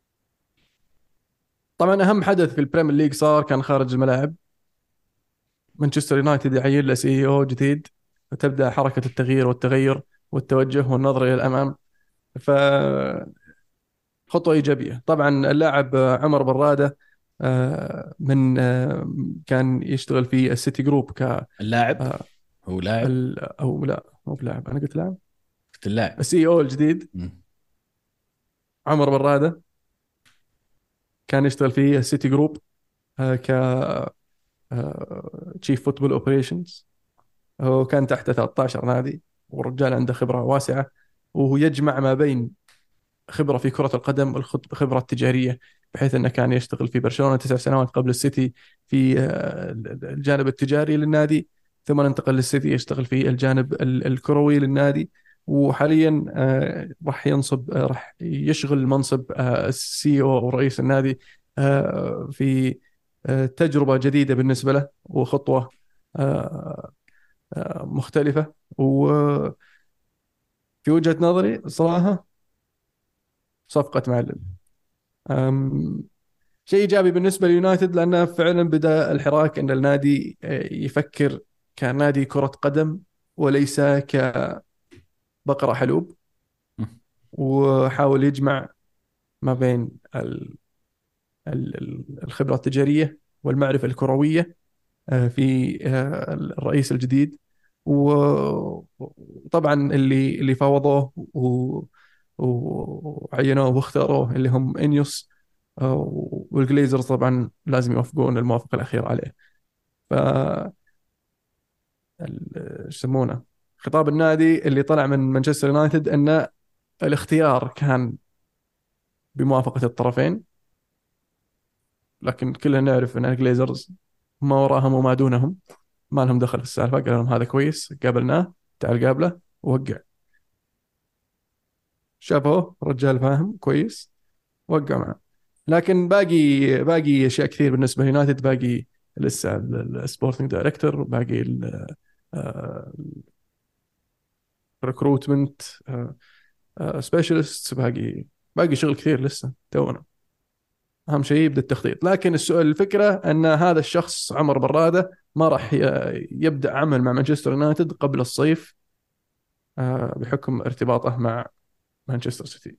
طبعا أهم حدث في البريمير ليج صار كان خارج الملاعب. مانشستر يونايتد يعين له سي او جديد، فتبدأ حركة التغيير والتغير والتوجه والنظر إلى الأمام. فخطوة إيجابية. طبعا اللاعب آه، عمر برادة آه، من آه، كان يشتغل في السيتي جروب ك اللاعب آه، هو لاعب. ال- أو لا مو بلاعب، أنا قلت لاعب. قلت اللاعب. السي او الجديد مم. عمر برادة كان يشتغل في السيتي جروب تشيف فوتبول اوبريشنز. هو كان تحت ثلاثة عشر نادي، والرجال عنده خبرة واسعة، وهو يجمع ما بين خبرة في كرة القدم والخبرة التجارية، بحيث أنه كان يشتغل في برشلونة تسع سنوات قبل السيتي في آه، الجانب التجاري للنادي، ثم انتقل للسيتي يشتغل في الجانب ال- الكروي للنادي. وحاليا آه، راح ينصب آه، راح يشغل منصب السي او ورئيس النادي، آه، في آه، تجربة جديدة بالنسبة له، وخطوة آه، آه، مختلفة. وفي وجهة نظري صراحة صفقة معلم. أم، شيء ايجابي بالنسبه لليونايتد، لانه فعلا بدا الحراك ان النادي آه، يفكر كنادي كره قدم وليس كبقره حلوب، وحاول يجمع ما بين ال- ال- ال- الخبره التجاريه والمعرفه الكرويه آه، في آه، الرئيس الجديد. وطبعا اللي اللي فاوضوه و- وعينوه واختاروه اللي هم انيوس، آه، والجليزرز طبعا لازم يوافقون الموافقة الأخيرة عليه. ف ال- ايش يسمونه، خطاب النادي اللي طلع من مانشستر يونايتد ان الاختيار كان بموافقة الطرفين، لكن كلنا نعرف ان الجليزرز ما وراهم وما دونهم، ما لهم دخل في السالفة. قال لهم هذا كويس، قابلناه، تعال قابله، ووقع. شافوه رجال فاهم كويس، وقع معه. لكن باقي باقي اشياء كثير بالنسبه ليونايتد. باقي لسه السبورتنج دايركتور، باقي الريكروتمنت سبيشالست، باقي باقي شغل كثير لسه تونا. اهم شيء يبدا التخطيط. لكن السؤال، الفكره ان هذا الشخص عمر براده ما راح ي- يبدا عمل مع مانشستر يونايتد قبل الصيف، آه، بحكم ارتباطه مع مانشستر سيتي.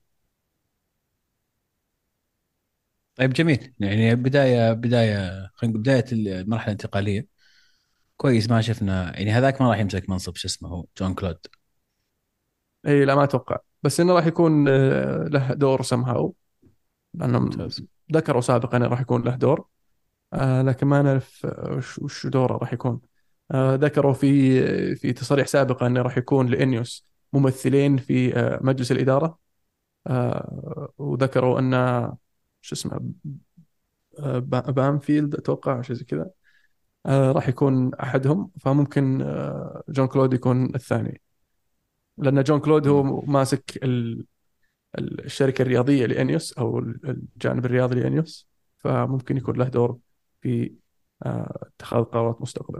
طيب جميل، يعني بدايه بدايه خلينا نقول بدايه المرحله الانتقاليه كويس. ما شفنا يعني هذاك ما راح يمسك منصب شو اسمه هو جون كلود. اي لا، ما اتوقع، بس انه راح يكون آه، له دور somehow، لانهم ممتاز. ذكروا سابقا انه راح يكون له دور. آه لكن ما نعرف آه، وش وش دوره راح يكون. آه ذكروا في في تصريح سابق انه راح يكون لإنيوس ممثلين في آه مجلس الإدارة. آه وذكروا ان شو اسمه، آه با- بامفيلد اتوقع شيء زي كذا، آه راح يكون احدهم. فممكن آه جون كلود يكون الثاني، لان جون كلود هو مم. ماسك ال- ال- الشركة الرياضية لإنيوس، او الجانب الرياضي لإنيوس، فممكن يكون له دور في آه، اتخاذ قرارات مستقبلا.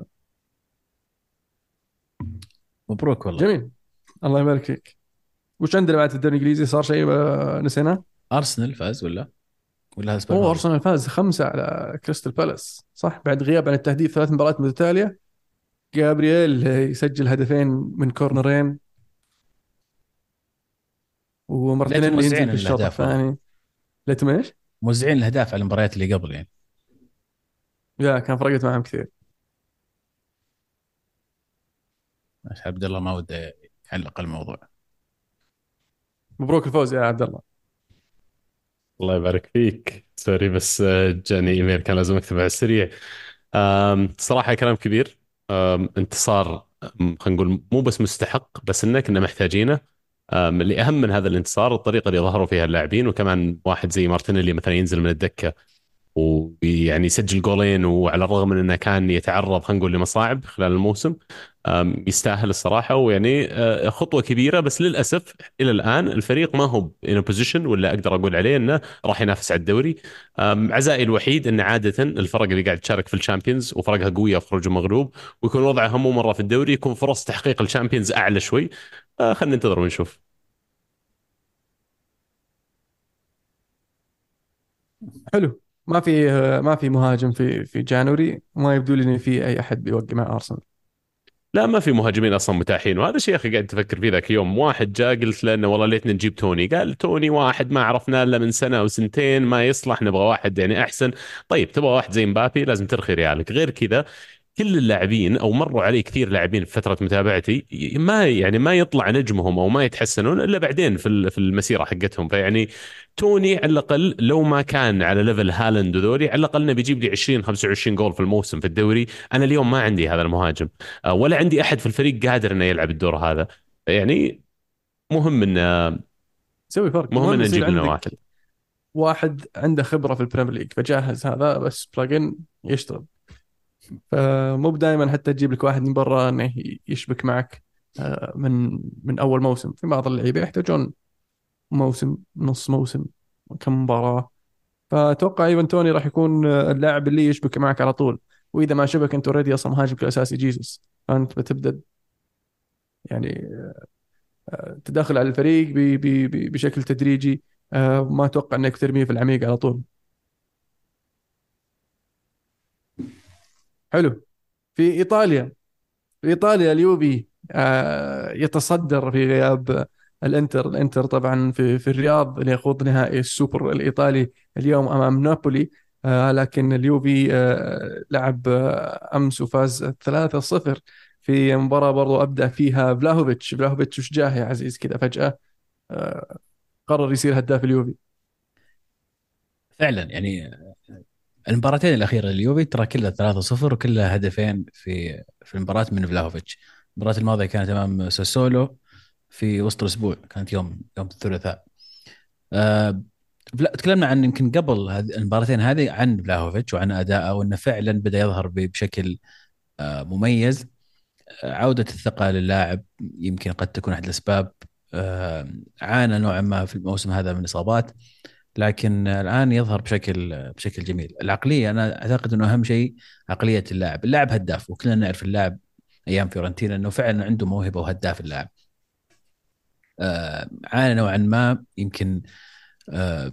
مبروك والله. جميل، الله يبارك فيك. وش عندنا بعد في الدوري الانجليزي؟ صار شيء آه، نسيناه؟ ارسنال فاز ولا ولا الاسبوع اوه، الماضي؟ ارسنال فاز خمسة على كريستال بالاس، صح، بعد غياب عن التهديف ثلاث مباريات متتالية. جابرييل يسجل هدفين من كورنرين، ليتهم ومارتينيلي ينزل موزعين في الشوط الاهداف والله، الثاني. ليتم ايش؟ موزعين الاهداف على المباريات اللي قبل يعني. يا كان فرقت معهم كثير. بس عبد الله ما وده يعلق الموضوع. مبروك الفوز يا عبد الله. الله يبارك فيك. سوري بس آه، جاني ايميل كان لازم اكتبه على السريع. آم، صراحة كلام كبير. آم، انتصار، آم، خلينا نقول مو بس مستحق، بس انه كنا محتاجينه. آم، اللي اهم من هذا الانتصار الطريقة اللي ظهروا فيها اللاعبين، وكمان واحد زي مارتينيلي مثلا ينزل من الدكة ويعني يسجل جولين، وعلى الرغم من انه كان يتعرض خلينا نقول لمصاعب خلال الموسم. أم، يستاهل الصراحه، ويعني أه، خطوه كبيره. بس للاسف الى الان الفريق ما هو ان بوزيشن، ولا اقدر اقول عليه انه راح ينافس على الدوري. أم، عزائي الوحيد ان عاده الفرق اللي قاعد تشارك في الشامبيونز وفرقها قويه في خروج مغلوب، ويكون وضعها مو مره في الدوري، يكون فرص تحقيق الشامبيونز اعلى شوي. أه، خلينا ننتظر ونشوف. حلو. ما في آه، ما في مهاجم في في جانوري، وما يبدو لي ان في اي احد بيوقع مع ارسنال. لا، ما في مهاجمين اصلا متاحين، وهذا الشيء يا اخي قاعد تفكر فيه. ذاك يوم واحد جاء قلت له انه والله ليتنا نجيب توني، قال توني واحد ما عرفناه الا من سنه او سنتين، ما يصلح، نبغى واحد يعني احسن. طيب تبغى واحد زي مبابي لازم ترخي ريالك، غير كذا كل اللاعبين او مروا علي كثير لاعبين في فتره متابعتي ما يعني ما يطلع نجمهم او ما يتحسنون الا بعدين في ال- في المسيره حقتهم. فيعني توني على الاقل لو ما كان على ليفل هالاند وذولي، على الاقل انه بيجيب لي عشرين خمسة وعشرين جول في الموسم في الدوري. انا اليوم ما عندي هذا المهاجم، آه، ولا عندي احد في الفريق قادر انه يلعب الدور هذا. يعني مهم ان يسوي فرق. مهم المهم ان يصير نجيب لنا عندك واحد. واحد عنده خبره في البريمير ليج، فجاهز هذا بس بلاجن يشتغل. فمو دائما حتى تجيب لك واحد من برا انه يشبك معك آه، من من اول موسم. في بعض اللعيبه يحتاجون موسم، نص موسم، كم مباراه. فاتوقع ايفن توني راح يكون آه، اللاعب اللي يشبك معك على طول. واذا ما شبك انت اوريدي اصلا مهاجمك الاساسي جيسوس، فانت بتبدا يعني آه، تدخل على الفريق ب- ب- ب- بشكل تدريجي. آه، ما اتوقع انك ترميه في العميق على طول. حلو. في ايطاليا، في ايطاليا اليوفي آه، يتصدر في غياب الانتر. الانتر طبعا في في الرياض ليخوض نهائي السوبر الايطالي اليوم امام نابولي. آه، لكن اليوفي آه، لعب آه، امس وفاز ثلاثة صفر في مباراة برضو ابدع فيها فلاهوفيتش. فلاهوفيتش وش جاه يا عزيز كذا فجأة آه، قرر يصير هداف اليوفي. فعلا يعني المباراتين الاخيره لليوفي ترى كلها ثلاثة صفر وكلها هدفين في في المباراه من فلاهوفيتش. المباراه الماضيه كانت امام ساسولو في وسط الاسبوع، كانت يوم يوم الثلاثاء. آه لا، تكلمنا عن يمكن قبل هذه المباراتين هذه عن فلاهوفيتش وعن اداءه، وانه فعلا بدا يظهر ب- بشكل آه مميز. آه عوده الثقه للاعب يمكن قد تكون احد الاسباب. آه عانى نوعا ما في الموسم هذا من اصابات، لكن الان يظهر بشكل بشكل جميل. العقليه انا اعتقد انه اهم شيء عقليه اللاعب. اللاعب هداف، وكلنا نعرف اللاعب ايام فيورنتينا انه فعلا عنده موهبه وهداف اللاعب. آه عانى نوعا ما يمكن آه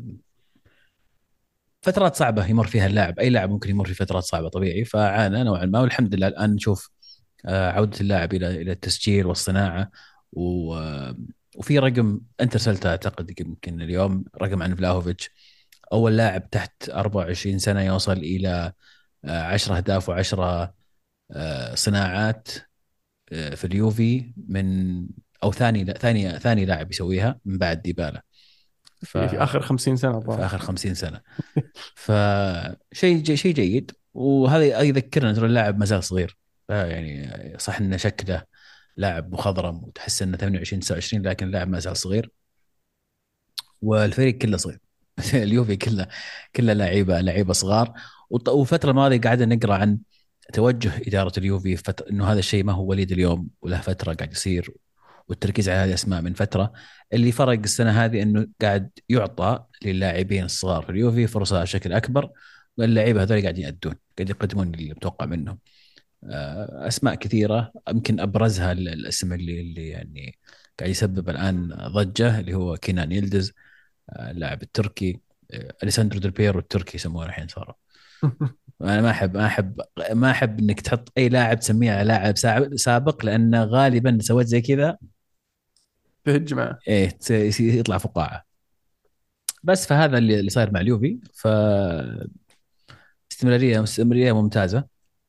فترات صعبه يمر فيها اللاعب، اي لاعب ممكن يمر في فترات صعبه طبيعي، فعانى نوعا ما. والحمد لله الان نشوف آه عوده اللاعب الى الى التسجيل والصناعه. و آه، وفي رقم انت رسلته اعتقد يمكن اليوم، رقم عن فلاهوفيتش، اول لاعب تحت أربعة وعشرين سنه يوصل الى عشرة اهداف وعشرة صناعات آه، في اليوفي، من او ثاني ثاني ثاني لاعب يسويها من بعد ديبالا. ف في في اخر خمسين سنة في الظاهر. اخر خمسين سنه. فشيء جي شيء جيد، وهذا يذكرنا ترى اللاعب ما زال صغير. يعني صح ان شكله لاعب مخضرم وتحس انه ثمانية وعشرين تسعة وعشرين، لكن اللاعب ما زال صغير والفريق كله صغير. اليوفي كله كله لعيبه لعيبه صغار. وط- وفتره الماضيه قاعد نقرا عن توجه اداره اليوفي فت... انه هذا الشيء ما هو وليد اليوم، وله فتره قاعد يصير، والتركيز على هذه الاسماء من فتره. اللي فرق السنه هذه انه قاعد يعطى للاعبين الصغار في اليوفي فرصه بشكل اكبر، واللعيبه هذول قاعدين يأدون، قاعد يقدمون اللي متوقع منهم. آه، اسماء كثيره، يمكن ابرزها ال- الاسم اللي اللي يعني قاعد يسبب الان ضجه، اللي هو كينان يلدز، آه، اللاعب التركي. آه، اليساندرو ديل بيرو التركي يسموه الحين صار. انا ما احب ما احب ما احب انك تحط اي لاعب تسميه على لاعب سا- سابق، لان غالبا سويت زي كذا تهج معه. ايه ت- يطلع فقاعه. بس فهذا اللي اللي صاير مع اليوفي. ف استمراريه استمراريه ممتازه،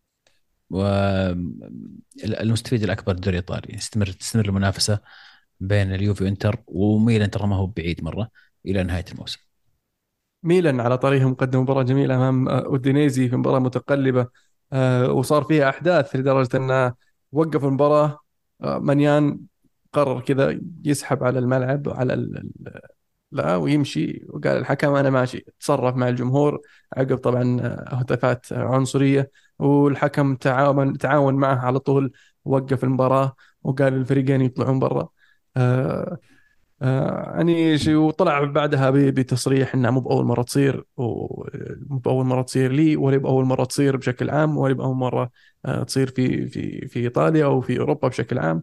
والمستفيد الاكبر الدوري الايطالي. استمر تستمر المنافسه بين اليوفي وانتر، وميلان ترى ما هو بعيد مره الى نهايه الموسم. ميلان على طريقهم قدم مباراة جميلة أمام آه، أودينيزي في مباراة متقلبة. آه، وصار فيها أحداث لدرجة أنه وقف المباراة. آه، مانيان قرر كذا يسحب على الملعب على ال... ال- لا ويمشي، وقال الحكم أنا ماشي. تصرف مع الجمهور عقب طبعا آه، هتافات عنصرية، والحكم تعاون تعاون معه على طول. وقف المباراة وقال الفريقين يطلعون برا. آه، آه، يعني شو طلع بعدها ب- بتصريح انها مو باول مره تصير، ومو باول مره تصير لي، ولا باول مره تصير بشكل عام، ولا باول مره آه، تصير في في في ايطاليا او في اوروبا بشكل عام.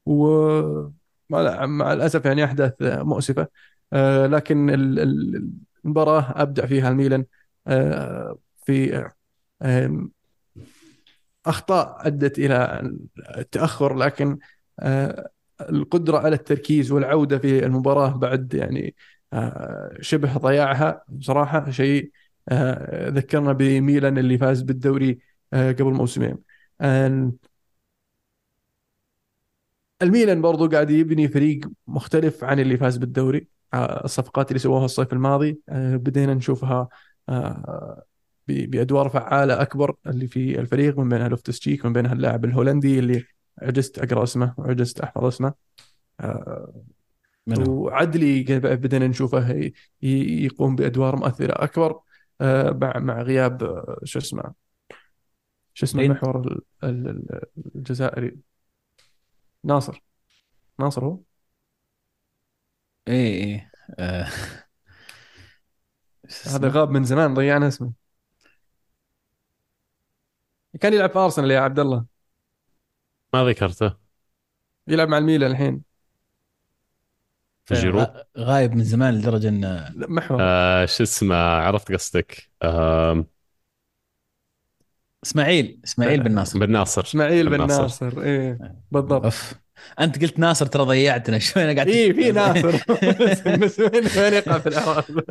ومع مع الاسف يعني احداث مؤسفه. آه، لكن ال- ال- المباراه ابدع فيها الميلان آه، في آه، أخطاء أدت إلى التأخر، لكن آه، القدرة على التركيز والعودة في المباراة بعد يعني آه، شبه ضياعها بصراحة شيء آه، ذكرنا بميلان اللي فاز بالدوري آه، قبل موسمين. الميلان برضو قاعد يبني فريق مختلف عن اللي فاز بالدوري. آه، الصفقات اللي سووها الصيف الماضي آه، بدينا نشوفها آه، ب- بأدوار فعالة أكبر اللي في الفريق، من بينها لوفتس تشيك، من بينها اللاعب الهولندي اللي عجزت أقرأ اسمه وعجزت أحفظ اسمه، آه، منو؟ وعدلي بدينا نشوفه ي- ي- يقوم بأدوار مؤثرة أكبر آه، مع مع غياب آه، شو اسمه شو اسمه بليند. المحور ال- ال- ال- الجزائري، ناصر. ناصر هو. ايه ايه آه. شو هذا اسمه؟ غاب من زمان، ضيعنا اسمه. كان يلعب في ارسنال يا عبد الله، ما ذكرته. يلعب مع الميلان الحين. فعلا جيرو. غا- غايب من زمان لدرجه انه لا، محور. آه شو اسمه، عرفت قصدك. آه اسماعيل اسماعيل بن ناصر. بن ناصر. اسماعيل بن بن ناصر. ناصر، ايه بالضبط. اوف، انت قلت ناصر ترى ضيعتنا شوي، انا قاعد ايه في أت- ناصر بس بس وين وين يقع في الاعراب.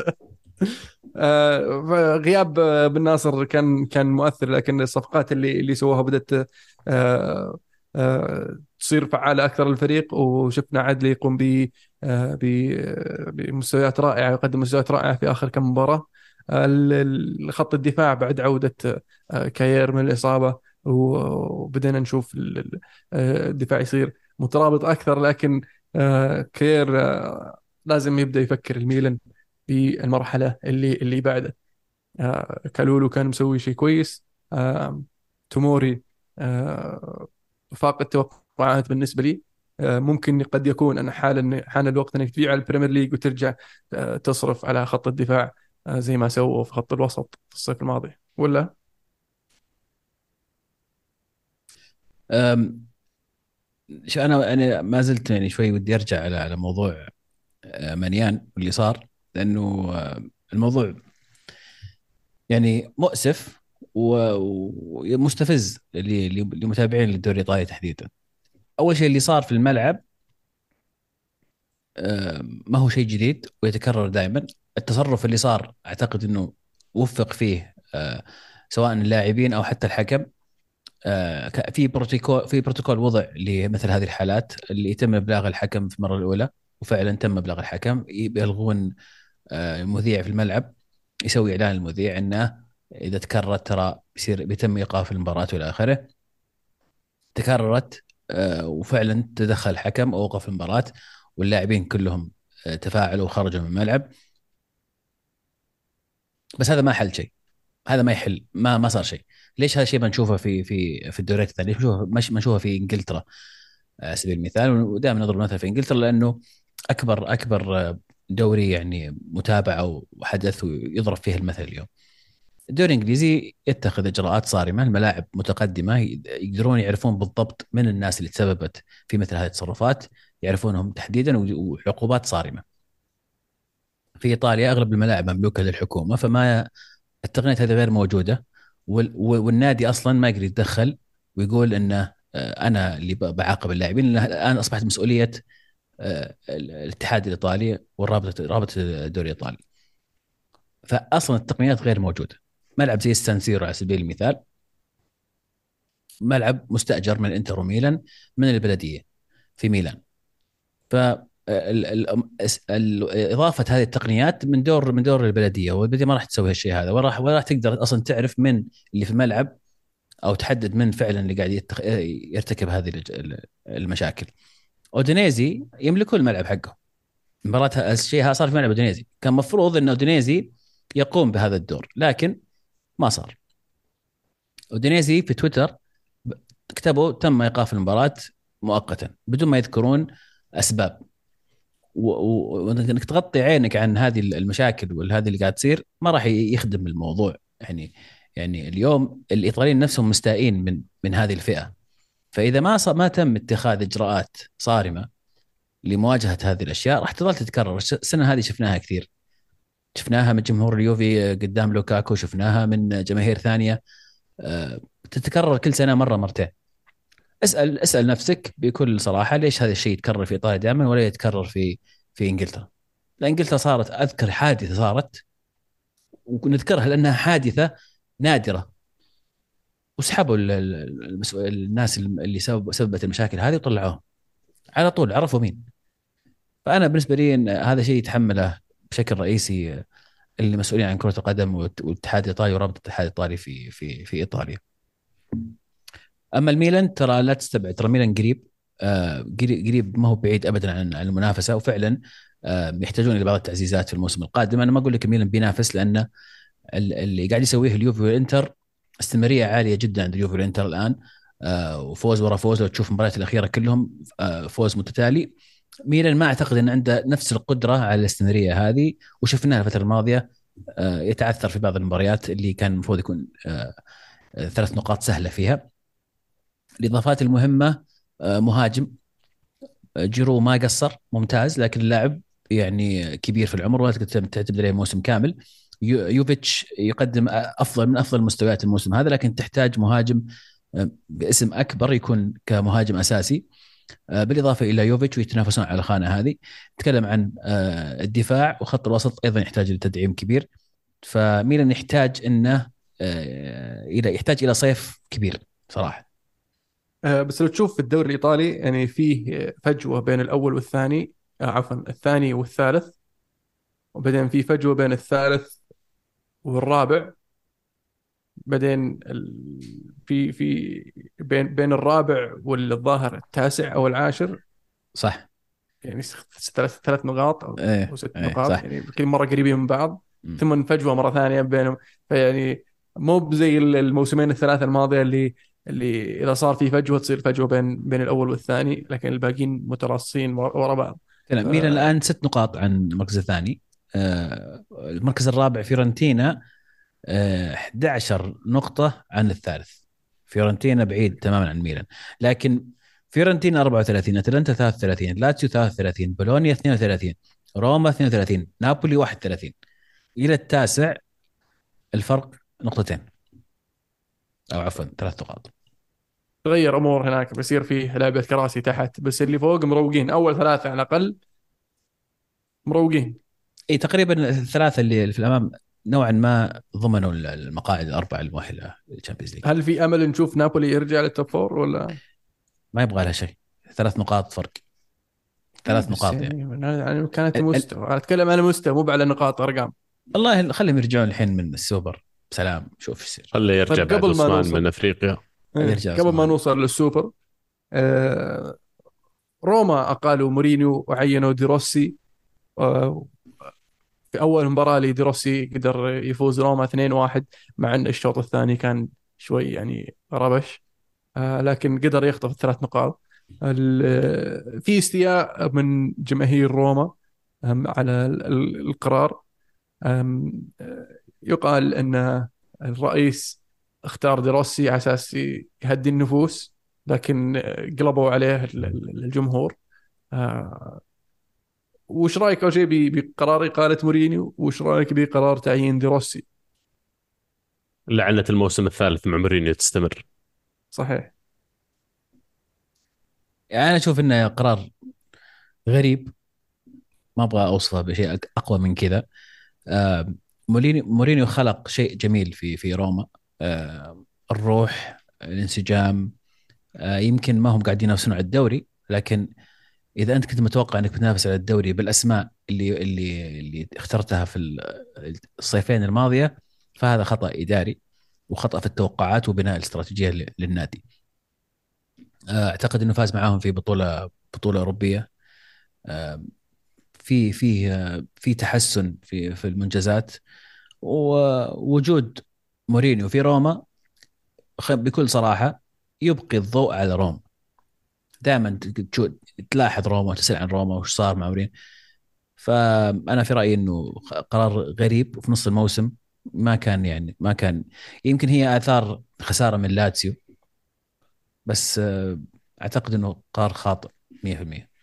آه، غياب آه، بن ناصر كان كان مؤثر، لكن الصفقات اللي اللي سووها بدأت آه، آه، تصير فعالة أكثر للفريق، وشفنا عدلي يقوم ب آه، ب- آه، بمستويات رائعة، يقدم مستويات رائعة في آخر كم مباراة. ال- ال- خط الدفاع بعد عودة آه، كاير من الإصابة، وبدأنا نشوف ال- ال- آه، الدفاع يصير مترابط أكثر، لكن آه، كاير آه، لازم يبدأ يفكر الميلان في المرحلة اللي اللي بعده. آه كالولو كان مسوي شيء كويس. آه توموري آه فاق التوقعات بالنسبة لي. آه ممكن قد يكون أن حال إن- حان الوقت أنك تبيع على البريمير ليج وترجع آه تصرف على خط الدفاع آه زي ما سووا في خط الوسط في الصيف الماضي، ولا؟ أم، شو انا انا ما زلت يعني شوي ودي ارجع على على موضوع آه، مانيان واللي صار، لانه آه، الموضوع يعني مؤسف و- ومستفز اللي اللي- لمتابعين للدوري الايطالي تحديدا. اول شيء اللي صار في الملعب آه، ما هو شيء جديد ويتكرر دائما. التصرف اللي صار اعتقد انه وفق فيه آه، سواء اللاعبين او حتى الحكم. آه، ك- في بروتوكول في بروتوكول وضع لمثل هذه الحالات اللي يتم ابلاغ الحكم في المره الاولى، وفعلا تم ابلاغ الحكم. يبلغون آه، مذيع في الملعب، يسوي اعلان المذيع انه اذا تكررت ترى بيصير بيتم ايقاف المباراه والى اخره. تكررت آه، وفعلا تدخل الحكم واوقف المباراه، واللاعبين كلهم آه، تفاعلوا وخرجوا من الملعب. بس هذا ما حل شيء، هذا ما يحل، ما ما صار شيء. ليش هذا الشيء ما نشوفه في في في الدوريات الثانيه؟ ليش نشوفه مش ما نشوفه في انجلترا على سبيل المثال؟ ودائما نضرب مثلا في انجلترا لانه اكبر اكبر آه، دوري يعني متابعه وحدث ويضرب فيه المثل اليوم. الدوري الانجليزي يتخذ اجراءات صارمه، الملاعب متقدمه، يقدرون يعرفون بالضبط من الناس اللي تسببت في مثل هذه التصرفات، يعرفونهم تحديدا، وعقوبات صارمه. في ايطاليا اغلب الملاعب مملوكه للحكومه، فما التقنيات هذه غير موجوده، وال- والنادي اصلا ما يقدر يتدخل ويقول انه آه، انا اللي ب- بعاقب اللاعبين، لأنها الان اصبحت مسؤوليه آه، الاتحاد الايطالي والرابطه رابطه الدوري الايطالي. فاصلا التقنيات غير موجوده. ملعب زي السانسيرو على سبيل المثال، ملعب مستاجر من انتر وميلان من البلديه في ميلان. ف ال- ال- ال- اضافه هذه التقنيات من دور من دور البلديه، والبلديه ما راح تسوي هالشيء هذا، ولا راح ولا راح تقدر اصلا تعرف من اللي في الملعب او تحدد من فعلا اللي قاعد يتخ... يرتكب هذه الج- المشاكل. اودينيزي يملكون الملعب حقه، مباراة الشيء هذا صار في ملعب اودينيزي، كان مفروض ان اودينيزي يقوم بهذا الدور، لكن ما صار. اودينيزي في تويتر كتبوا تم ايقاف المباراة مؤقتا بدون ما يذكرون اسباب، وانك تغطي عينك عن هذه المشاكل وهذه اللي قاعد تصير ما راح يخدم الموضوع. يعني يعني اليوم الايطاليين نفسهم مستائين من من هذه الفئة. فاذا ما ص... ما تم اتخاذ اجراءات صارمة لمواجهة هذه الاشياء راح تظل تتكرر. السنة هذه شفناها كثير، شفناها من جمهور اليوفي قدام لوكاكو، شفناها من جماهير ثانية، آه، تتكرر كل سنة مرة مرتين. اسال اسال نفسك بكل صراحه، ليش هذا الشيء يتكرر في ايطاليا دائما ولا يتكرر في في انجلترا؟ لا، انجلترا صارت اذكر حادثه صارت ونذكرها لانها حادثه نادره، وسحبوا ال- ال- المس- الناس اللي سبب سببت المشاكل هذه وطلعوهم على طول، عرفوا مين. فانا بالنسبه لي إن هذا شيء يتحمله بشكل رئيسي اللي مسؤولين عن كره القدم والت- والاتحاد الايطالي ورابطه الاتحاد الايطالي في في في ايطاليا. اما الميلان ترى لا تستبعد، ترى ميلان قريب، آه قريب قريب، ما هو بعيد ابدا عن عن المنافسه، وفعلا آه يحتاجون الى بعض التعزيزات في الموسم القادم. انا ما اقول لك الميلان بينافس، لان ال- اللي قاعد يسويه اليوفي والانتر استمراريه عاليه جدا عند اليوفي والانتر الان، آه وفوز ورا فوز. لو تشوف المباريات الاخيره كلهم آه فوز متتالي. ميلان ما اعتقد ان عنده نفس القدره على الاستمراريه هذه، وشفناها الفتره الماضيه آه يتعثر في بعض المباريات اللي كان المفروض يكون آه آه، ثلاث نقاط سهله فيها. الاضافات المهمه آه مهاجم، آه، جيرو ما قصر، ممتاز، لكن اللاعب يعني كبير في العمر ولا تقدر تعتمد عليه موسم كامل. يو- يوفيتش يقدم افضل من افضل مستويات الموسم هذا، لكن تحتاج مهاجم آه، باسم اكبر يكون كمهاجم اساسي. آه، بالاضافه الى يوفيتش ويتنافسون على الخانه هذه. نتكلم عن آه، الدفاع وخط الوسط ايضا يحتاج لتدعيم كبير. فميلان يحتاج انه آه، الى يحتاج الى صيف كبير صراحه. آه، بس لو تشوف في الدوري الإيطالي يعني فيه فجوة بين الأول والثاني، آه، عفوا الثاني والثالث، وبعدين في فجوة بين الثالث والرابع، بعدين ال... في في بين بين الرابع والظاهر التاسع أو العاشر، صح. يعني س- ثلاث ثلاث نقاط أو أو ايه ست ايه نقاط صح. يعني كل مرة قريبين من بعض، مم. ثم فجوة مرة ثانية بينهم. فيعني مو بزي الموسمين الثلاثة الماضية اللي اللي إذا صار في فجوة تصير فجوة بين بين الأول والثاني، لكن الباقيين متراصين ور- ورا بعض. تمام. ف... ميلان الان ست نقاط عن المركز الثاني. آه، المركز الرابع فيورنتينا آه، احد عشر نقطة عن الثالث. فيورنتينا بعيد تماما عن ميلان، لكن فيورنتينا أربعة وثلاثين، اتلانتا ثلاثة وثلاثين، لاتسيو ثلاثة وثلاثين، بولونيا اثنين وثلاثين، روما اثنين وثلاثين، نابولي واحد وثلاثين. الى التاسع الفرق نقطتين، او عفوا ثلاث نقاط. تغير أمور هناك، بيصير فيه لعبة كراسي تحت، بس اللي فوق مروقين، أول ثلاثة على الأقل مروقين. اي تقريبا الثلاثة اللي في الامام نوعا ما ضمنوا المقاعد الاربعة المؤهلة للتشامبيونز ليج. هل في أمل نشوف نابولي يرجع للتوب فور ولا؟ ما يبغى لها شيء، ثلاث نقاط فرق، إيه ثلاث بس نقاط يعني. يعني يعني كانت ال- ال- مستوى، أنا أتكلم عن مستوى مو على نقاط أرقام. الله خليهم يرجعون الحين من السوبر بسلام، شوف ايش يصير. خليه يرجع طيب بعد قبل ما عثمان نوصل، من افريقيا. إيه يرجع قبل ما عثمان. نوصل للسوبر، آه روما أقالوا مورينيو وعينوا ديروسي. آه في أول مباراة لديروسي قدر يفوز روما اثنين واحد، مع أن الشوط الثاني كان شوي يعني ربش، آه لكن قدر يخطف الثلاث نقاط. ال- في استياء من جماهير روما آم، على ال- ال- القرار. آم، آه، يقال أن الرئيس اختار ديروسي على أساس يهدي النفوس، لكن آه، قلبوا عليه ال- ال- الجمهور. آه، وش رايك اول شيء ب- بقرار اقاله مورينيو، وش رايك بقرار تعيين ديروسي؟ لعنة الموسم الثالث مع مورينيو تستمر. صحيح. يعني انا اشوف انه قرار غريب، ما ابغى اوصفه بشيء أق- اقوى من كذا. آه، مورينيو مورينيو خلق شيء جميل في في روما، آه، الروح، الانسجام. آه، يمكن ما هم قاعدين ينافسون على الدوري، لكن اذا انت كنت متوقع انك بتنافس على الدوري بالاسماء اللي اللي اللي اخترتها في ال- الصيفين الماضيه، فهذا خطا اداري وخطا في التوقعات وبناء الاستراتيجيه ل- للنادي. آه، اعتقد انه فاز معاهم في بطوله بطوله اوروبيه. آه، في في آه، في تحسن في في المنجزات، ووجود مورينيو في روما خ- بكل صراحه يبقي الضوء على روما. دائما تلاحظ روما وتسال عن روما وش صار مع مورينيو. فانا في رايي انه قرار غريب وفي نص الموسم. ما كان يعني ما كان يمكن هي اثار خساره من لاتسيو، بس آه، اعتقد انه قرار خاطئ مية في المية.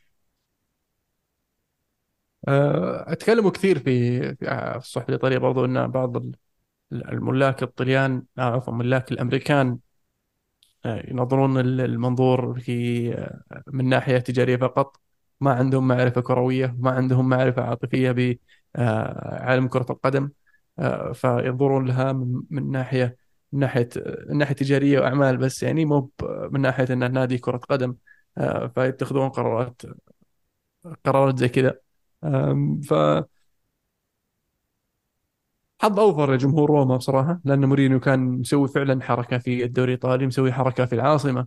آه، اتكلموا كثير في في في الصحف الايطاليه برضو ان بعض ال- الملاك الطليان، آه، عفوا الملاك الامريكان، آه، ينظرون ال- المنظور في آه، من ناحيه تجاريه فقط، ما عندهم معرفه كرويه، ما عندهم معرفه عاطفيه بعالم كره القدم. آه، فينظرون لها من من ناحيه من ناحيه من ناحيه تجاريه واعمال، بس يعني مو ب- من ناحيه انه نادي كره قدم. آه، فيتخذون قرارات قرارات زي كذا. آم، ف حظ اوفر لجمهور روما بصراحه، لان مورينيو كان مسوي فعلا حركه في الدوري الايطالي، مسوي حركه في العاصمه.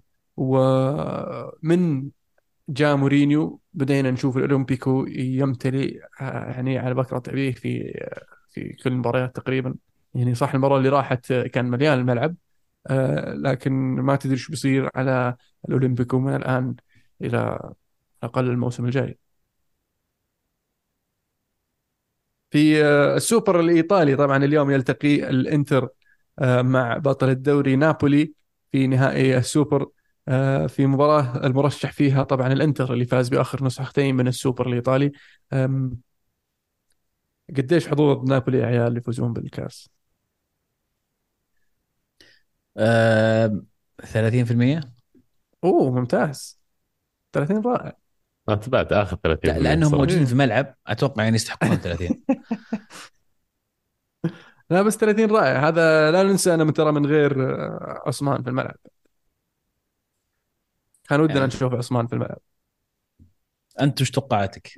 ومن جاء مورينيو بدينا نشوف الاولمبيكو يمتلي، آه، يعني على بكرة أبيه في في كل المباريات تقريبا. يعني صح المباراة اللي راحت كان مليان الملعب، آه، لكن ما تدري ايش بيصير على الاولمبيكو من الان الى اقل الموسم الجاي. في آه، السوبر الإيطالي طبعا اليوم يلتقي الإنتر آه، مع بطل الدوري نابولي في نهائي السوبر. آه، في مباراة المرشح فيها طبعا الإنتر اللي فاز بآخر نسختين من السوبر الإيطالي. آم، قديش حضور نابولي يا عيال اللي يفوزون بالكاس؟ آه ثلاثين في المية. أوه ممتاز، ثلاثين رائع. ما تبعت اخر لا ثلاثين بالمئة لانهم الصراحه. موجودين إيه. في ملعب اتوقع يعني يستحقون ثلاثين. لا بس ثلاثين رائع، هذا لا ننسى أنه ترى من غير آه، عثمان في الملعب. كان ودنا يعني نشوف عثمان في الملعب. انت وش توقعاتك؟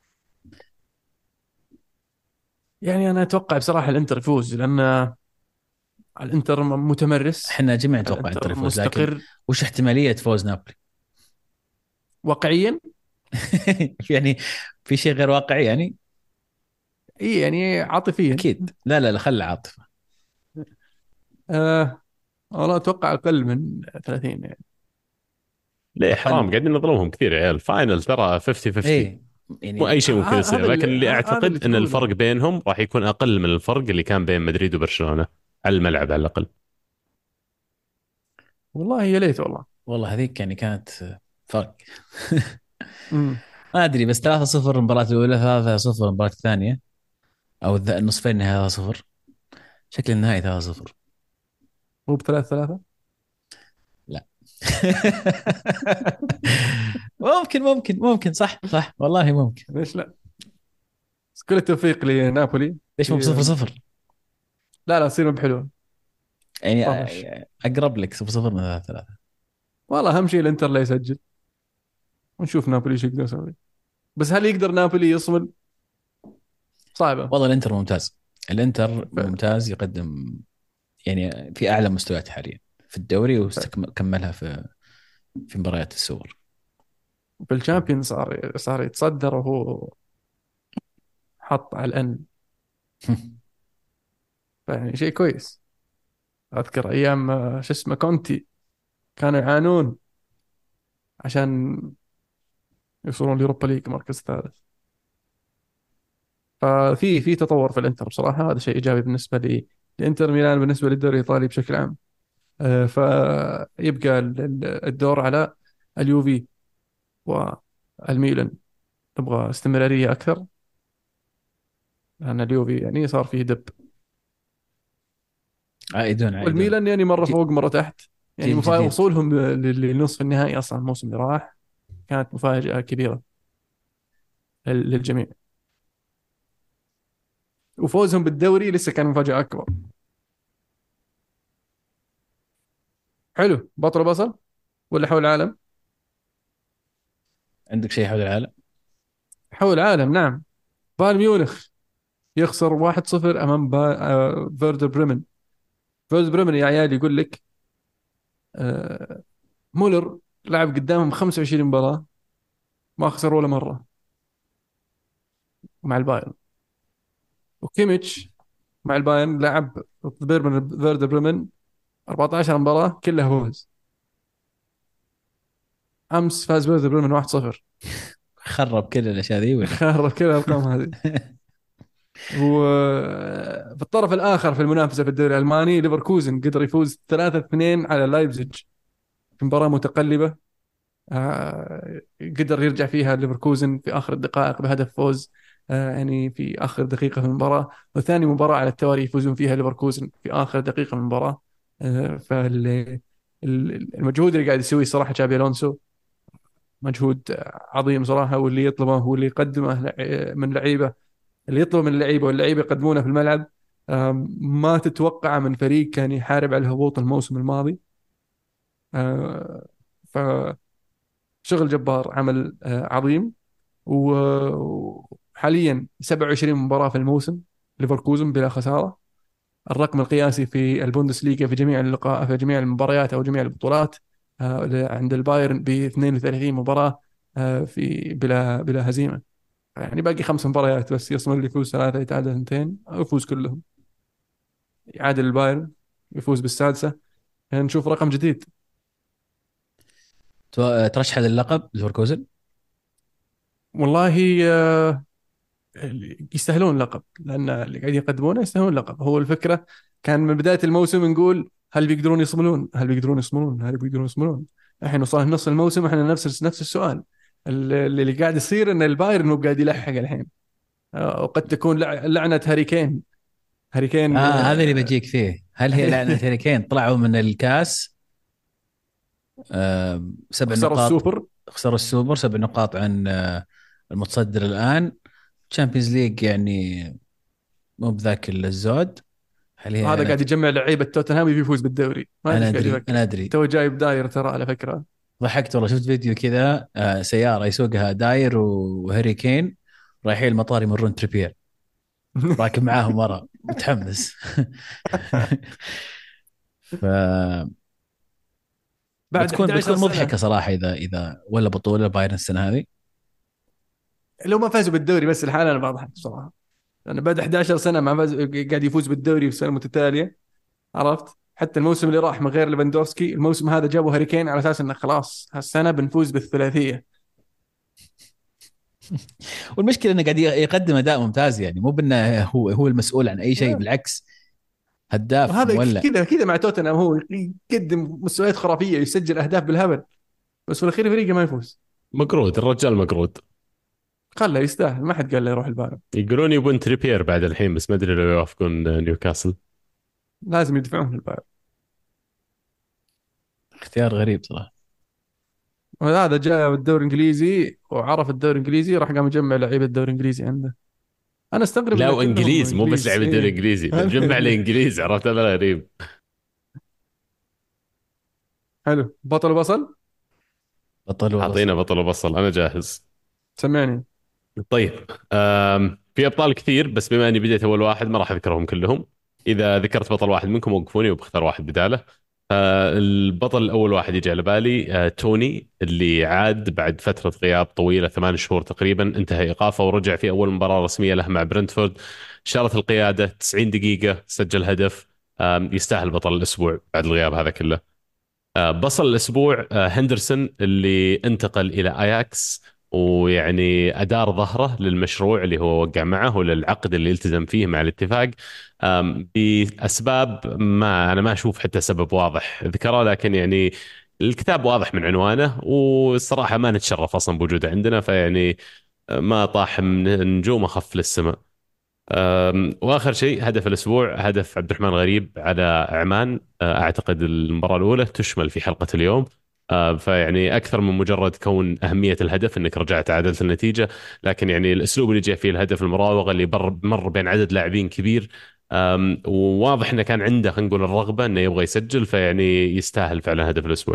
يعني أنا أتوقع بصراحة الإنتر يفوز، لأن الانتر متمرس، احنا جميع نتوقع انتر الانتر يفوز، لكن مستقر وش احتماليه فوز نابولي؟ واقعيا. يعني في شيء غير واقعي يعني؟ اي يعني عاطفيا. اكيد لا لا لا، خلى عاطفه. آه والله اتوقع اقل من ثلاثين يعني. ليه حرام اقل. قاعدين نظلمهم كثير يا عيال، فاينل ترى خمسين خمسين. ايه مو اي يعني شيء ممكن ه- يصير، هذا اللي لكن اللي ه- هذا اللي اعتقد ان الفرق تقوله. بينهم راح يكون اقل من الفرق اللي كان بين مدريد وبرشلونه على الملعب على الاقل. والله يا ليت والله. والله هذيك يعني كانت فرق. امم ما ادري، بس ثلاثة صفر المباراة الأولى، ثلاثة صفر المباراة الثانية، أو الذ- النصفين النهائي ثلاثة صفر، شكل النهائي ثلاثة صفر. مو بثلاث ثلاثة. لا. ممكن ممكن ممكن، صح صح والله ممكن. ليش لا؟ بس كل التوفيق لنابولي. ليش مو في بصفر صفر؟ لا لا تصير بحلوه. يعني طفش. أقرب لك صفر صفر من ثلاثة ثلاثة. والله اهم شيء الانتر لا يسجل، ونشوف نابولي ايش يقدر يسوي. بس هل يقدر نابولي يصمد؟ صعبة. والله الإنتر ممتاز، الإنتر ف... ممتاز، يقدم يعني في أعلى مستويات حاليا في الدوري، ف... وكملها في في مباريات السوبر. في الشامبيونز صار صار يتصدر وهو حط على الان. يعني شيء كويس. اذكر ايام آه، شو اسمه كونتي كانوا يعانون عشان يوصلون اليوروبا ليج مركز ثالث. ففي في تطور في الانتر بصراحه، هذا شيء ايجابي بالنسبه لي. الانتر ميلان بالنسبه للدوري الايطالي بشكل عام. آه، فيبقى ال- ال- الدور على اليوفي والميلان. نبغى استمراريه اكثر، لان اليوفي يعني صار فيه دب. عائدون عائدون. والميلان يعني مره ج- فوق مره تحت. يعني جيل مفا- جديد. وصولهم لل- للنصف النهائي اصلا الموسم اللي راح كانت مفاجاه كبيره لل- للجميع. وفوزهم بالدوري لسه كان مفاجاه اكبر. حلو. بطل بصل ولا حول العالم؟ عندك شيء حول العالم؟ حول العالم نعم. بايرن ميونخ يخسر واحد صفر امام با... آه... فيردر بريمن. فيردر بريمن يا عيال يقول لك آه... مولر لعب قدامهم خمسة وعشرين مباراة ما خسر ولا مرة مع البايرن. وكيميتش مع البايرن لعب ضد بيرمن فيردر بريمن أربعة عشر مباراة كلها فوز. امس فاز فيردر بريمن واحد صفر. خرب كل الاشياء ذي ولا؟ خرب كل الارقام هذه. وفي الطرف الاخر في المنافسه في الدوري الالماني ليفركوزن قدر يفوز ثلاثة اثنين على لايبزيج في مباراه متقلبه. آه، قدر يرجع فيها ليفركوزن في آخر الدقائق بهدف فوز، آه، يعني في آخر دقيقة في المباراة. وثاني مباراة على التوالي يفوزون فيها ليفركوزن في آخر دقيقة من المباراة. فالمجهود اللي قاعد يسويه صراحة تشابي ألونسو مجهود عظيم صراحة. واللي يطلبه واللي يقدمه لع- من لعيبة، اللي يطلبه من اللعيبة واللعيبة يقدمونه في الملعب آم، ما تتوقع من فريق كان يحارب على الهبوط الموسم الماضي. آه، فشغل جبار، عمل آه، عظيم. وحاليا سبعة وعشرين مباراة في الموسم، ليفركوزن بلا خسارة. الرقم القياسي في البوندسليغا في جميع اللقاء في جميع المباريات أو جميع البطولات آه، عند البايرن ب اثنين وثلاثين مباراة آه، في بلا بلا هزيمة. يعني باقي خمس مباريات بس، يصمر اللي يفوز ثلاثة يتعادل اثنتين أو يفوز كلهم، يعادل البايرن يفوز بالسادسة، يعني نشوف رقم جديد. تو- ترشح للقب ليفركوزن؟ والله آه، يستاهلون لقب، لأن اللي قاعد يقدمونه يستاهلون لقب. هو الفكرة كان من بداية الموسم نقول هل بيقدرون يصملون، هل بيقدرون يصملون، هل بيقدرون يصملون. الحين وصلنا نص الموسم احنا نفس نفس السؤال. اللي اللي قاعد يصير ان البايرن مو قاعد يلحق الحين. آه، وقد تكون لع- لعنة هاري كين. هاري كين اه هذا اللي آه، بجيك فيه. هل هي لعنة هاري كين؟ طلعوا من الكاس آه سبع خسروا نقاط، السوبر. خسروا السوبر سبع نقاط عن آه المتصدر الآن. تشامبيونز ليج يعني مو بذاك الزود. هل هي وهذا لعنة؟ قاعد يجمع لعيبة توتنهام يبي يفوز بالدوري، ما ادري انا ايش قاعد ادري انا يفكر. ادري تو جايب داير ترى على فكرة. ضحكت والله. شفت فيديو كذا آه سيارة يسوقها داير وهاري كين رايحين المطار يمرون تريبير، راكب معاهم ورا متحمس. ف بعد بتكون أحد عشر بتكون مضحكة سنة، صراحة إذا إذا ولا بطولة بايرن السنة هذه. لو ما فازوا بالدوري بس الحالة انا بضحك بصراحة. لأن بعد أحد عشر سنة ما فاز، قاعد يفوز بالدوري في سنة متتالية. عرفت؟ حتى الموسم اللي راح من غير ليفاندوفسكي، الموسم هذا جابوا هاري كين على اساس انه خلاص هالسنه بنفوز بالثلاثيه. والمشكلة إنه قاعد يقدم أداء ممتاز، يعني مو بأنه هو هو المسؤول عن أي شيء، بالعكس هداف وهذا مولع. كذا كذا مع توتنهام، هو يقدم مستويات خرافيه، يسجل اهداف بالهبل، بس في الاخير فريقه ما يفوز. مقرود الرجال مقرود. خله يستاهل، ما حد قال له يروح البايرن. يقولون يبون تريبير بعد الحين، بس ما ادري لو يوافقون نيوكاسل. لازم يدفعون في البايرن. اختيار غريب صراحة. وهذا جاء بالدوري الانجليزي وعرف الدوري الانجليزي، راح قام يجمع لعيبه الدوري الانجليزي عنده. انا استغرب لا ان كلهم وانجليز، مو بس انجليز لعيبه الدوري ايه. الانجليزي، هذا بنجمع اللي- الانجليز. عرفت هذا غريب. حلو، بطل وبصل. بطل اعطينا وبصل. بطل وبصل، انا جاهز. سمعني. طيب. أم في ابطال كثير، بس بما اني بديت اول واحد ما راح اذكرهم كلهم. اذا ذكرت بطل واحد منكم وقفوني وبختار واحد بداله. آه، البطل الاول واحد يجي على بالي آه، توني، اللي عاد بعد فتره غياب طويله ثمان شهور تقريبا، انتهى ايقافه ورجع في اول مباراه رسميه له مع برنتفورد. شارة القياده تسعين دقيقه، سجل هدف. آم، يستاهل بطل الاسبوع بعد الغياب هذا كله. آه، بصل الأسبوع آه، هندرسون، اللي انتقل إلى أياكس، ويعني أدار ظهره للمشروع اللي هو وقع معه وللعقد اللي التزم فيه مع الاتفاق. آم، بأسباب ما أنا ما أشوف حتى سبب واضح ذكره، لكن يعني الكتاب واضح من عنوانه، والصراحة ما نتشرف أصلا بوجوده عندنا، فيعني آه، ما طاح من نجوم أخف للسماء. أم، واخر شيء هدف الاسبوع، هدف عبد الرحمن غريب على عمان. أه، اعتقد المباراه الاولى تشمل في حلقه اليوم. أه، فيعني اكثر من مجرد كون اهميه الهدف انك رجعت عدلت النتيجه، لكن يعني الاسلوب اللي جاء فيه الهدف، المراوغه اللي بر مر بين عدد لاعبين كبير. أم، وواضح انه كان عنده، خلينا نقول، الرغبه انه يبغى يسجل، فيعني يستاهل فعلا هدف الاسبوع.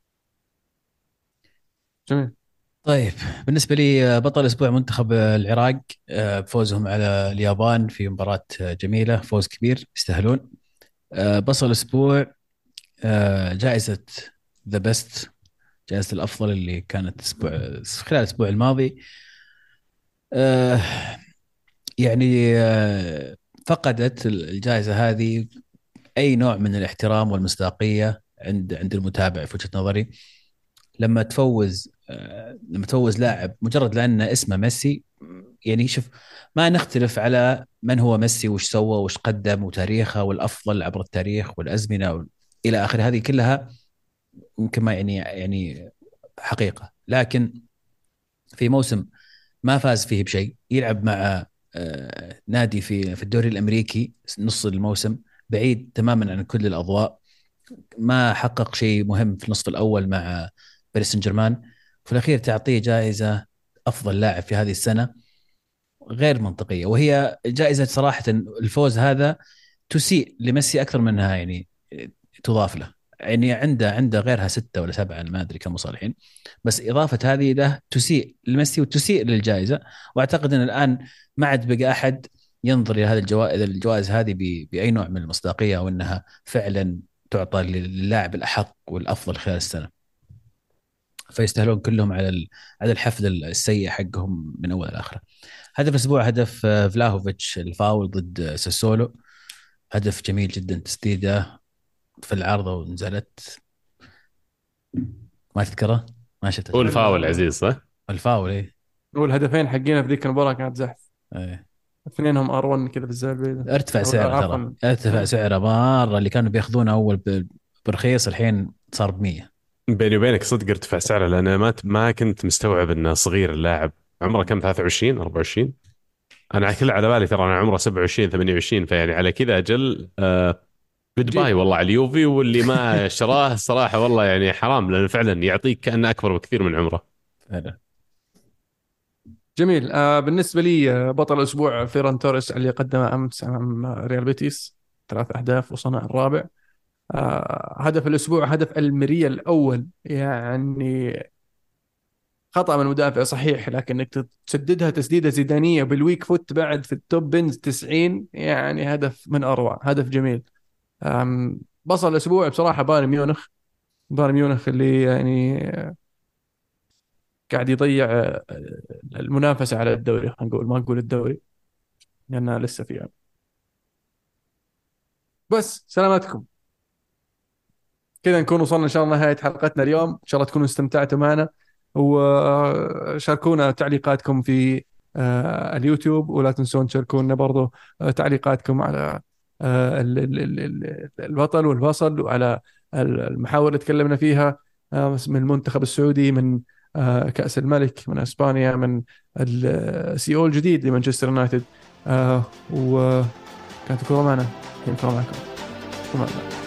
جميل. طيب بالنسبة لي آه، بطل أسبوع منتخب آه، العراق آه، بفوزهم على اليابان في مباراة آه، جميلة، فوز كبير يستاهلون. آه، بطل الأسبوع آه، جائزة ذا بيست، جائزة الأفضل اللي كانت أسبوع خلال الأسبوع الماضي. آه، يعني آه، فقدت الجائزة هذه أي نوع من الاحترام والمصداقية عند عند المتابع في وجهة نظري. لما تفوز آه، لما تفوز لاعب مجرد لأن اسمه ميسي، يعني شوف، ما نختلف على من هو ميسي وش سوى وش قدم وتاريخه والأفضل عبر التاريخ والأزمنة إلى آخر، هذه كلها يمكن ما يعني يعني حقيقة. لكن في موسم ما فاز فيه بشيء، يلعب مع آه، نادي في في الدوري الامريكي نص الموسم، بعيد تماما عن كل الاضواء، ما حقق شيء مهم في النصف الاول مع باريس سان جيرمان، في الاخير تعطيه جائزه افضل لاعب في هذه السنه. غير منطقيه، وهي جائزه صراحه الفوز هذا تسيء لميسي اكثر منها يعني تضاف له. يعني عنده عنده غيرها ستة ولا سبعة، أنا ما أدري كم مصالحين، بس إضافة هذه له تسيء لميسي وتسيء للجائزة. وأعتقد أن الآن ما عاد بقى أحد ينظر إلى هذه الجوائز الجوائز هذه ب- بأي نوع من المصداقية، أو أنها فعلا تعطى للاعب الأحق والأفضل خلال السنة. فيستاهلون كلهم على ال- على الحفل السيء حقهم من أول لآخره. هدف الأسبوع هدف آه، فلاهوفيتش الفاول ضد آه، ساسولو. هدف جميل جدا، تسديده في العارضة ونزلت. ما تذكره؟ ما شفت هو الفيلم. الفاول عزيز صح؟ الفاول ايه. والهدفين حقينا في ذيك المباراة كانت زحف، ايه. اثنينهم ار واحد كذا في الزاوية البعيدة. ارتفع او سعره ترى، عفوا ارتفع إيه. سعره مره. اللي كانوا بياخذونه اول ب- برخيص الحين صار ب مية. بيني وبينك صدق ارتفع سعره، لان أنا ما ما كنت مستوعب انه صغير اللاعب. عمره كم؟ ثلاثة وعشرين أربعة وعشرين؟ انا على كل على بالي ترى انا عمره سبعة وعشرين ثمانية وعشرين، فيعني على كذا اجل. آه جود باي جيب. والله على اليوفي، واللي ما اشتراه الصراحه والله يعني حرام، لانه فعلا يعطيك كانه اكبر بكثير من عمره. فعلا. جميل. آه بالنسبة لي آه بطل الأسبوع فيران توريس اللي قدمه أمس أمام ريال بيتيس، ثلاث أهداف وصنع الرابع. آه هدف الأسبوع هدف الميريا الأول، يعني خطأ من المدافع صحيح، لكن انك تسددها تسديده زيدانيه بالويك فوت بعد في التوب بنز تسعين، يعني هدف من اروع، هدف جميل. أم، بصل الاسبوع بصراحه بايرن ميونخ. بايرن ميونخ اللي يعني قاعد يضيع آه، المنافسه على الدوري، خلينا نقول ما نقول الدوري لانها لسه فيها. بس سلامتكم. كذا نكون وصلنا ان شاء الله نهايه حلقتنا اليوم، ان شاء الله تكونوا استمتعتوا معنا، وشاركونا تعليقاتكم في آه، اليوتيوب، ولا تنسون تشاركونا برضو آه، تعليقاتكم على آه، ال- ال- ال- ال- البطل والفصل، وعلى المحاور اللي تكلمنا فيها، آه، من المنتخب السعودي، من آه، كأس الملك، من اسبانيا، من السي او الجديد لمانشستر يونايتد. آه، وكانت الكرة معنا، الكرة معكم.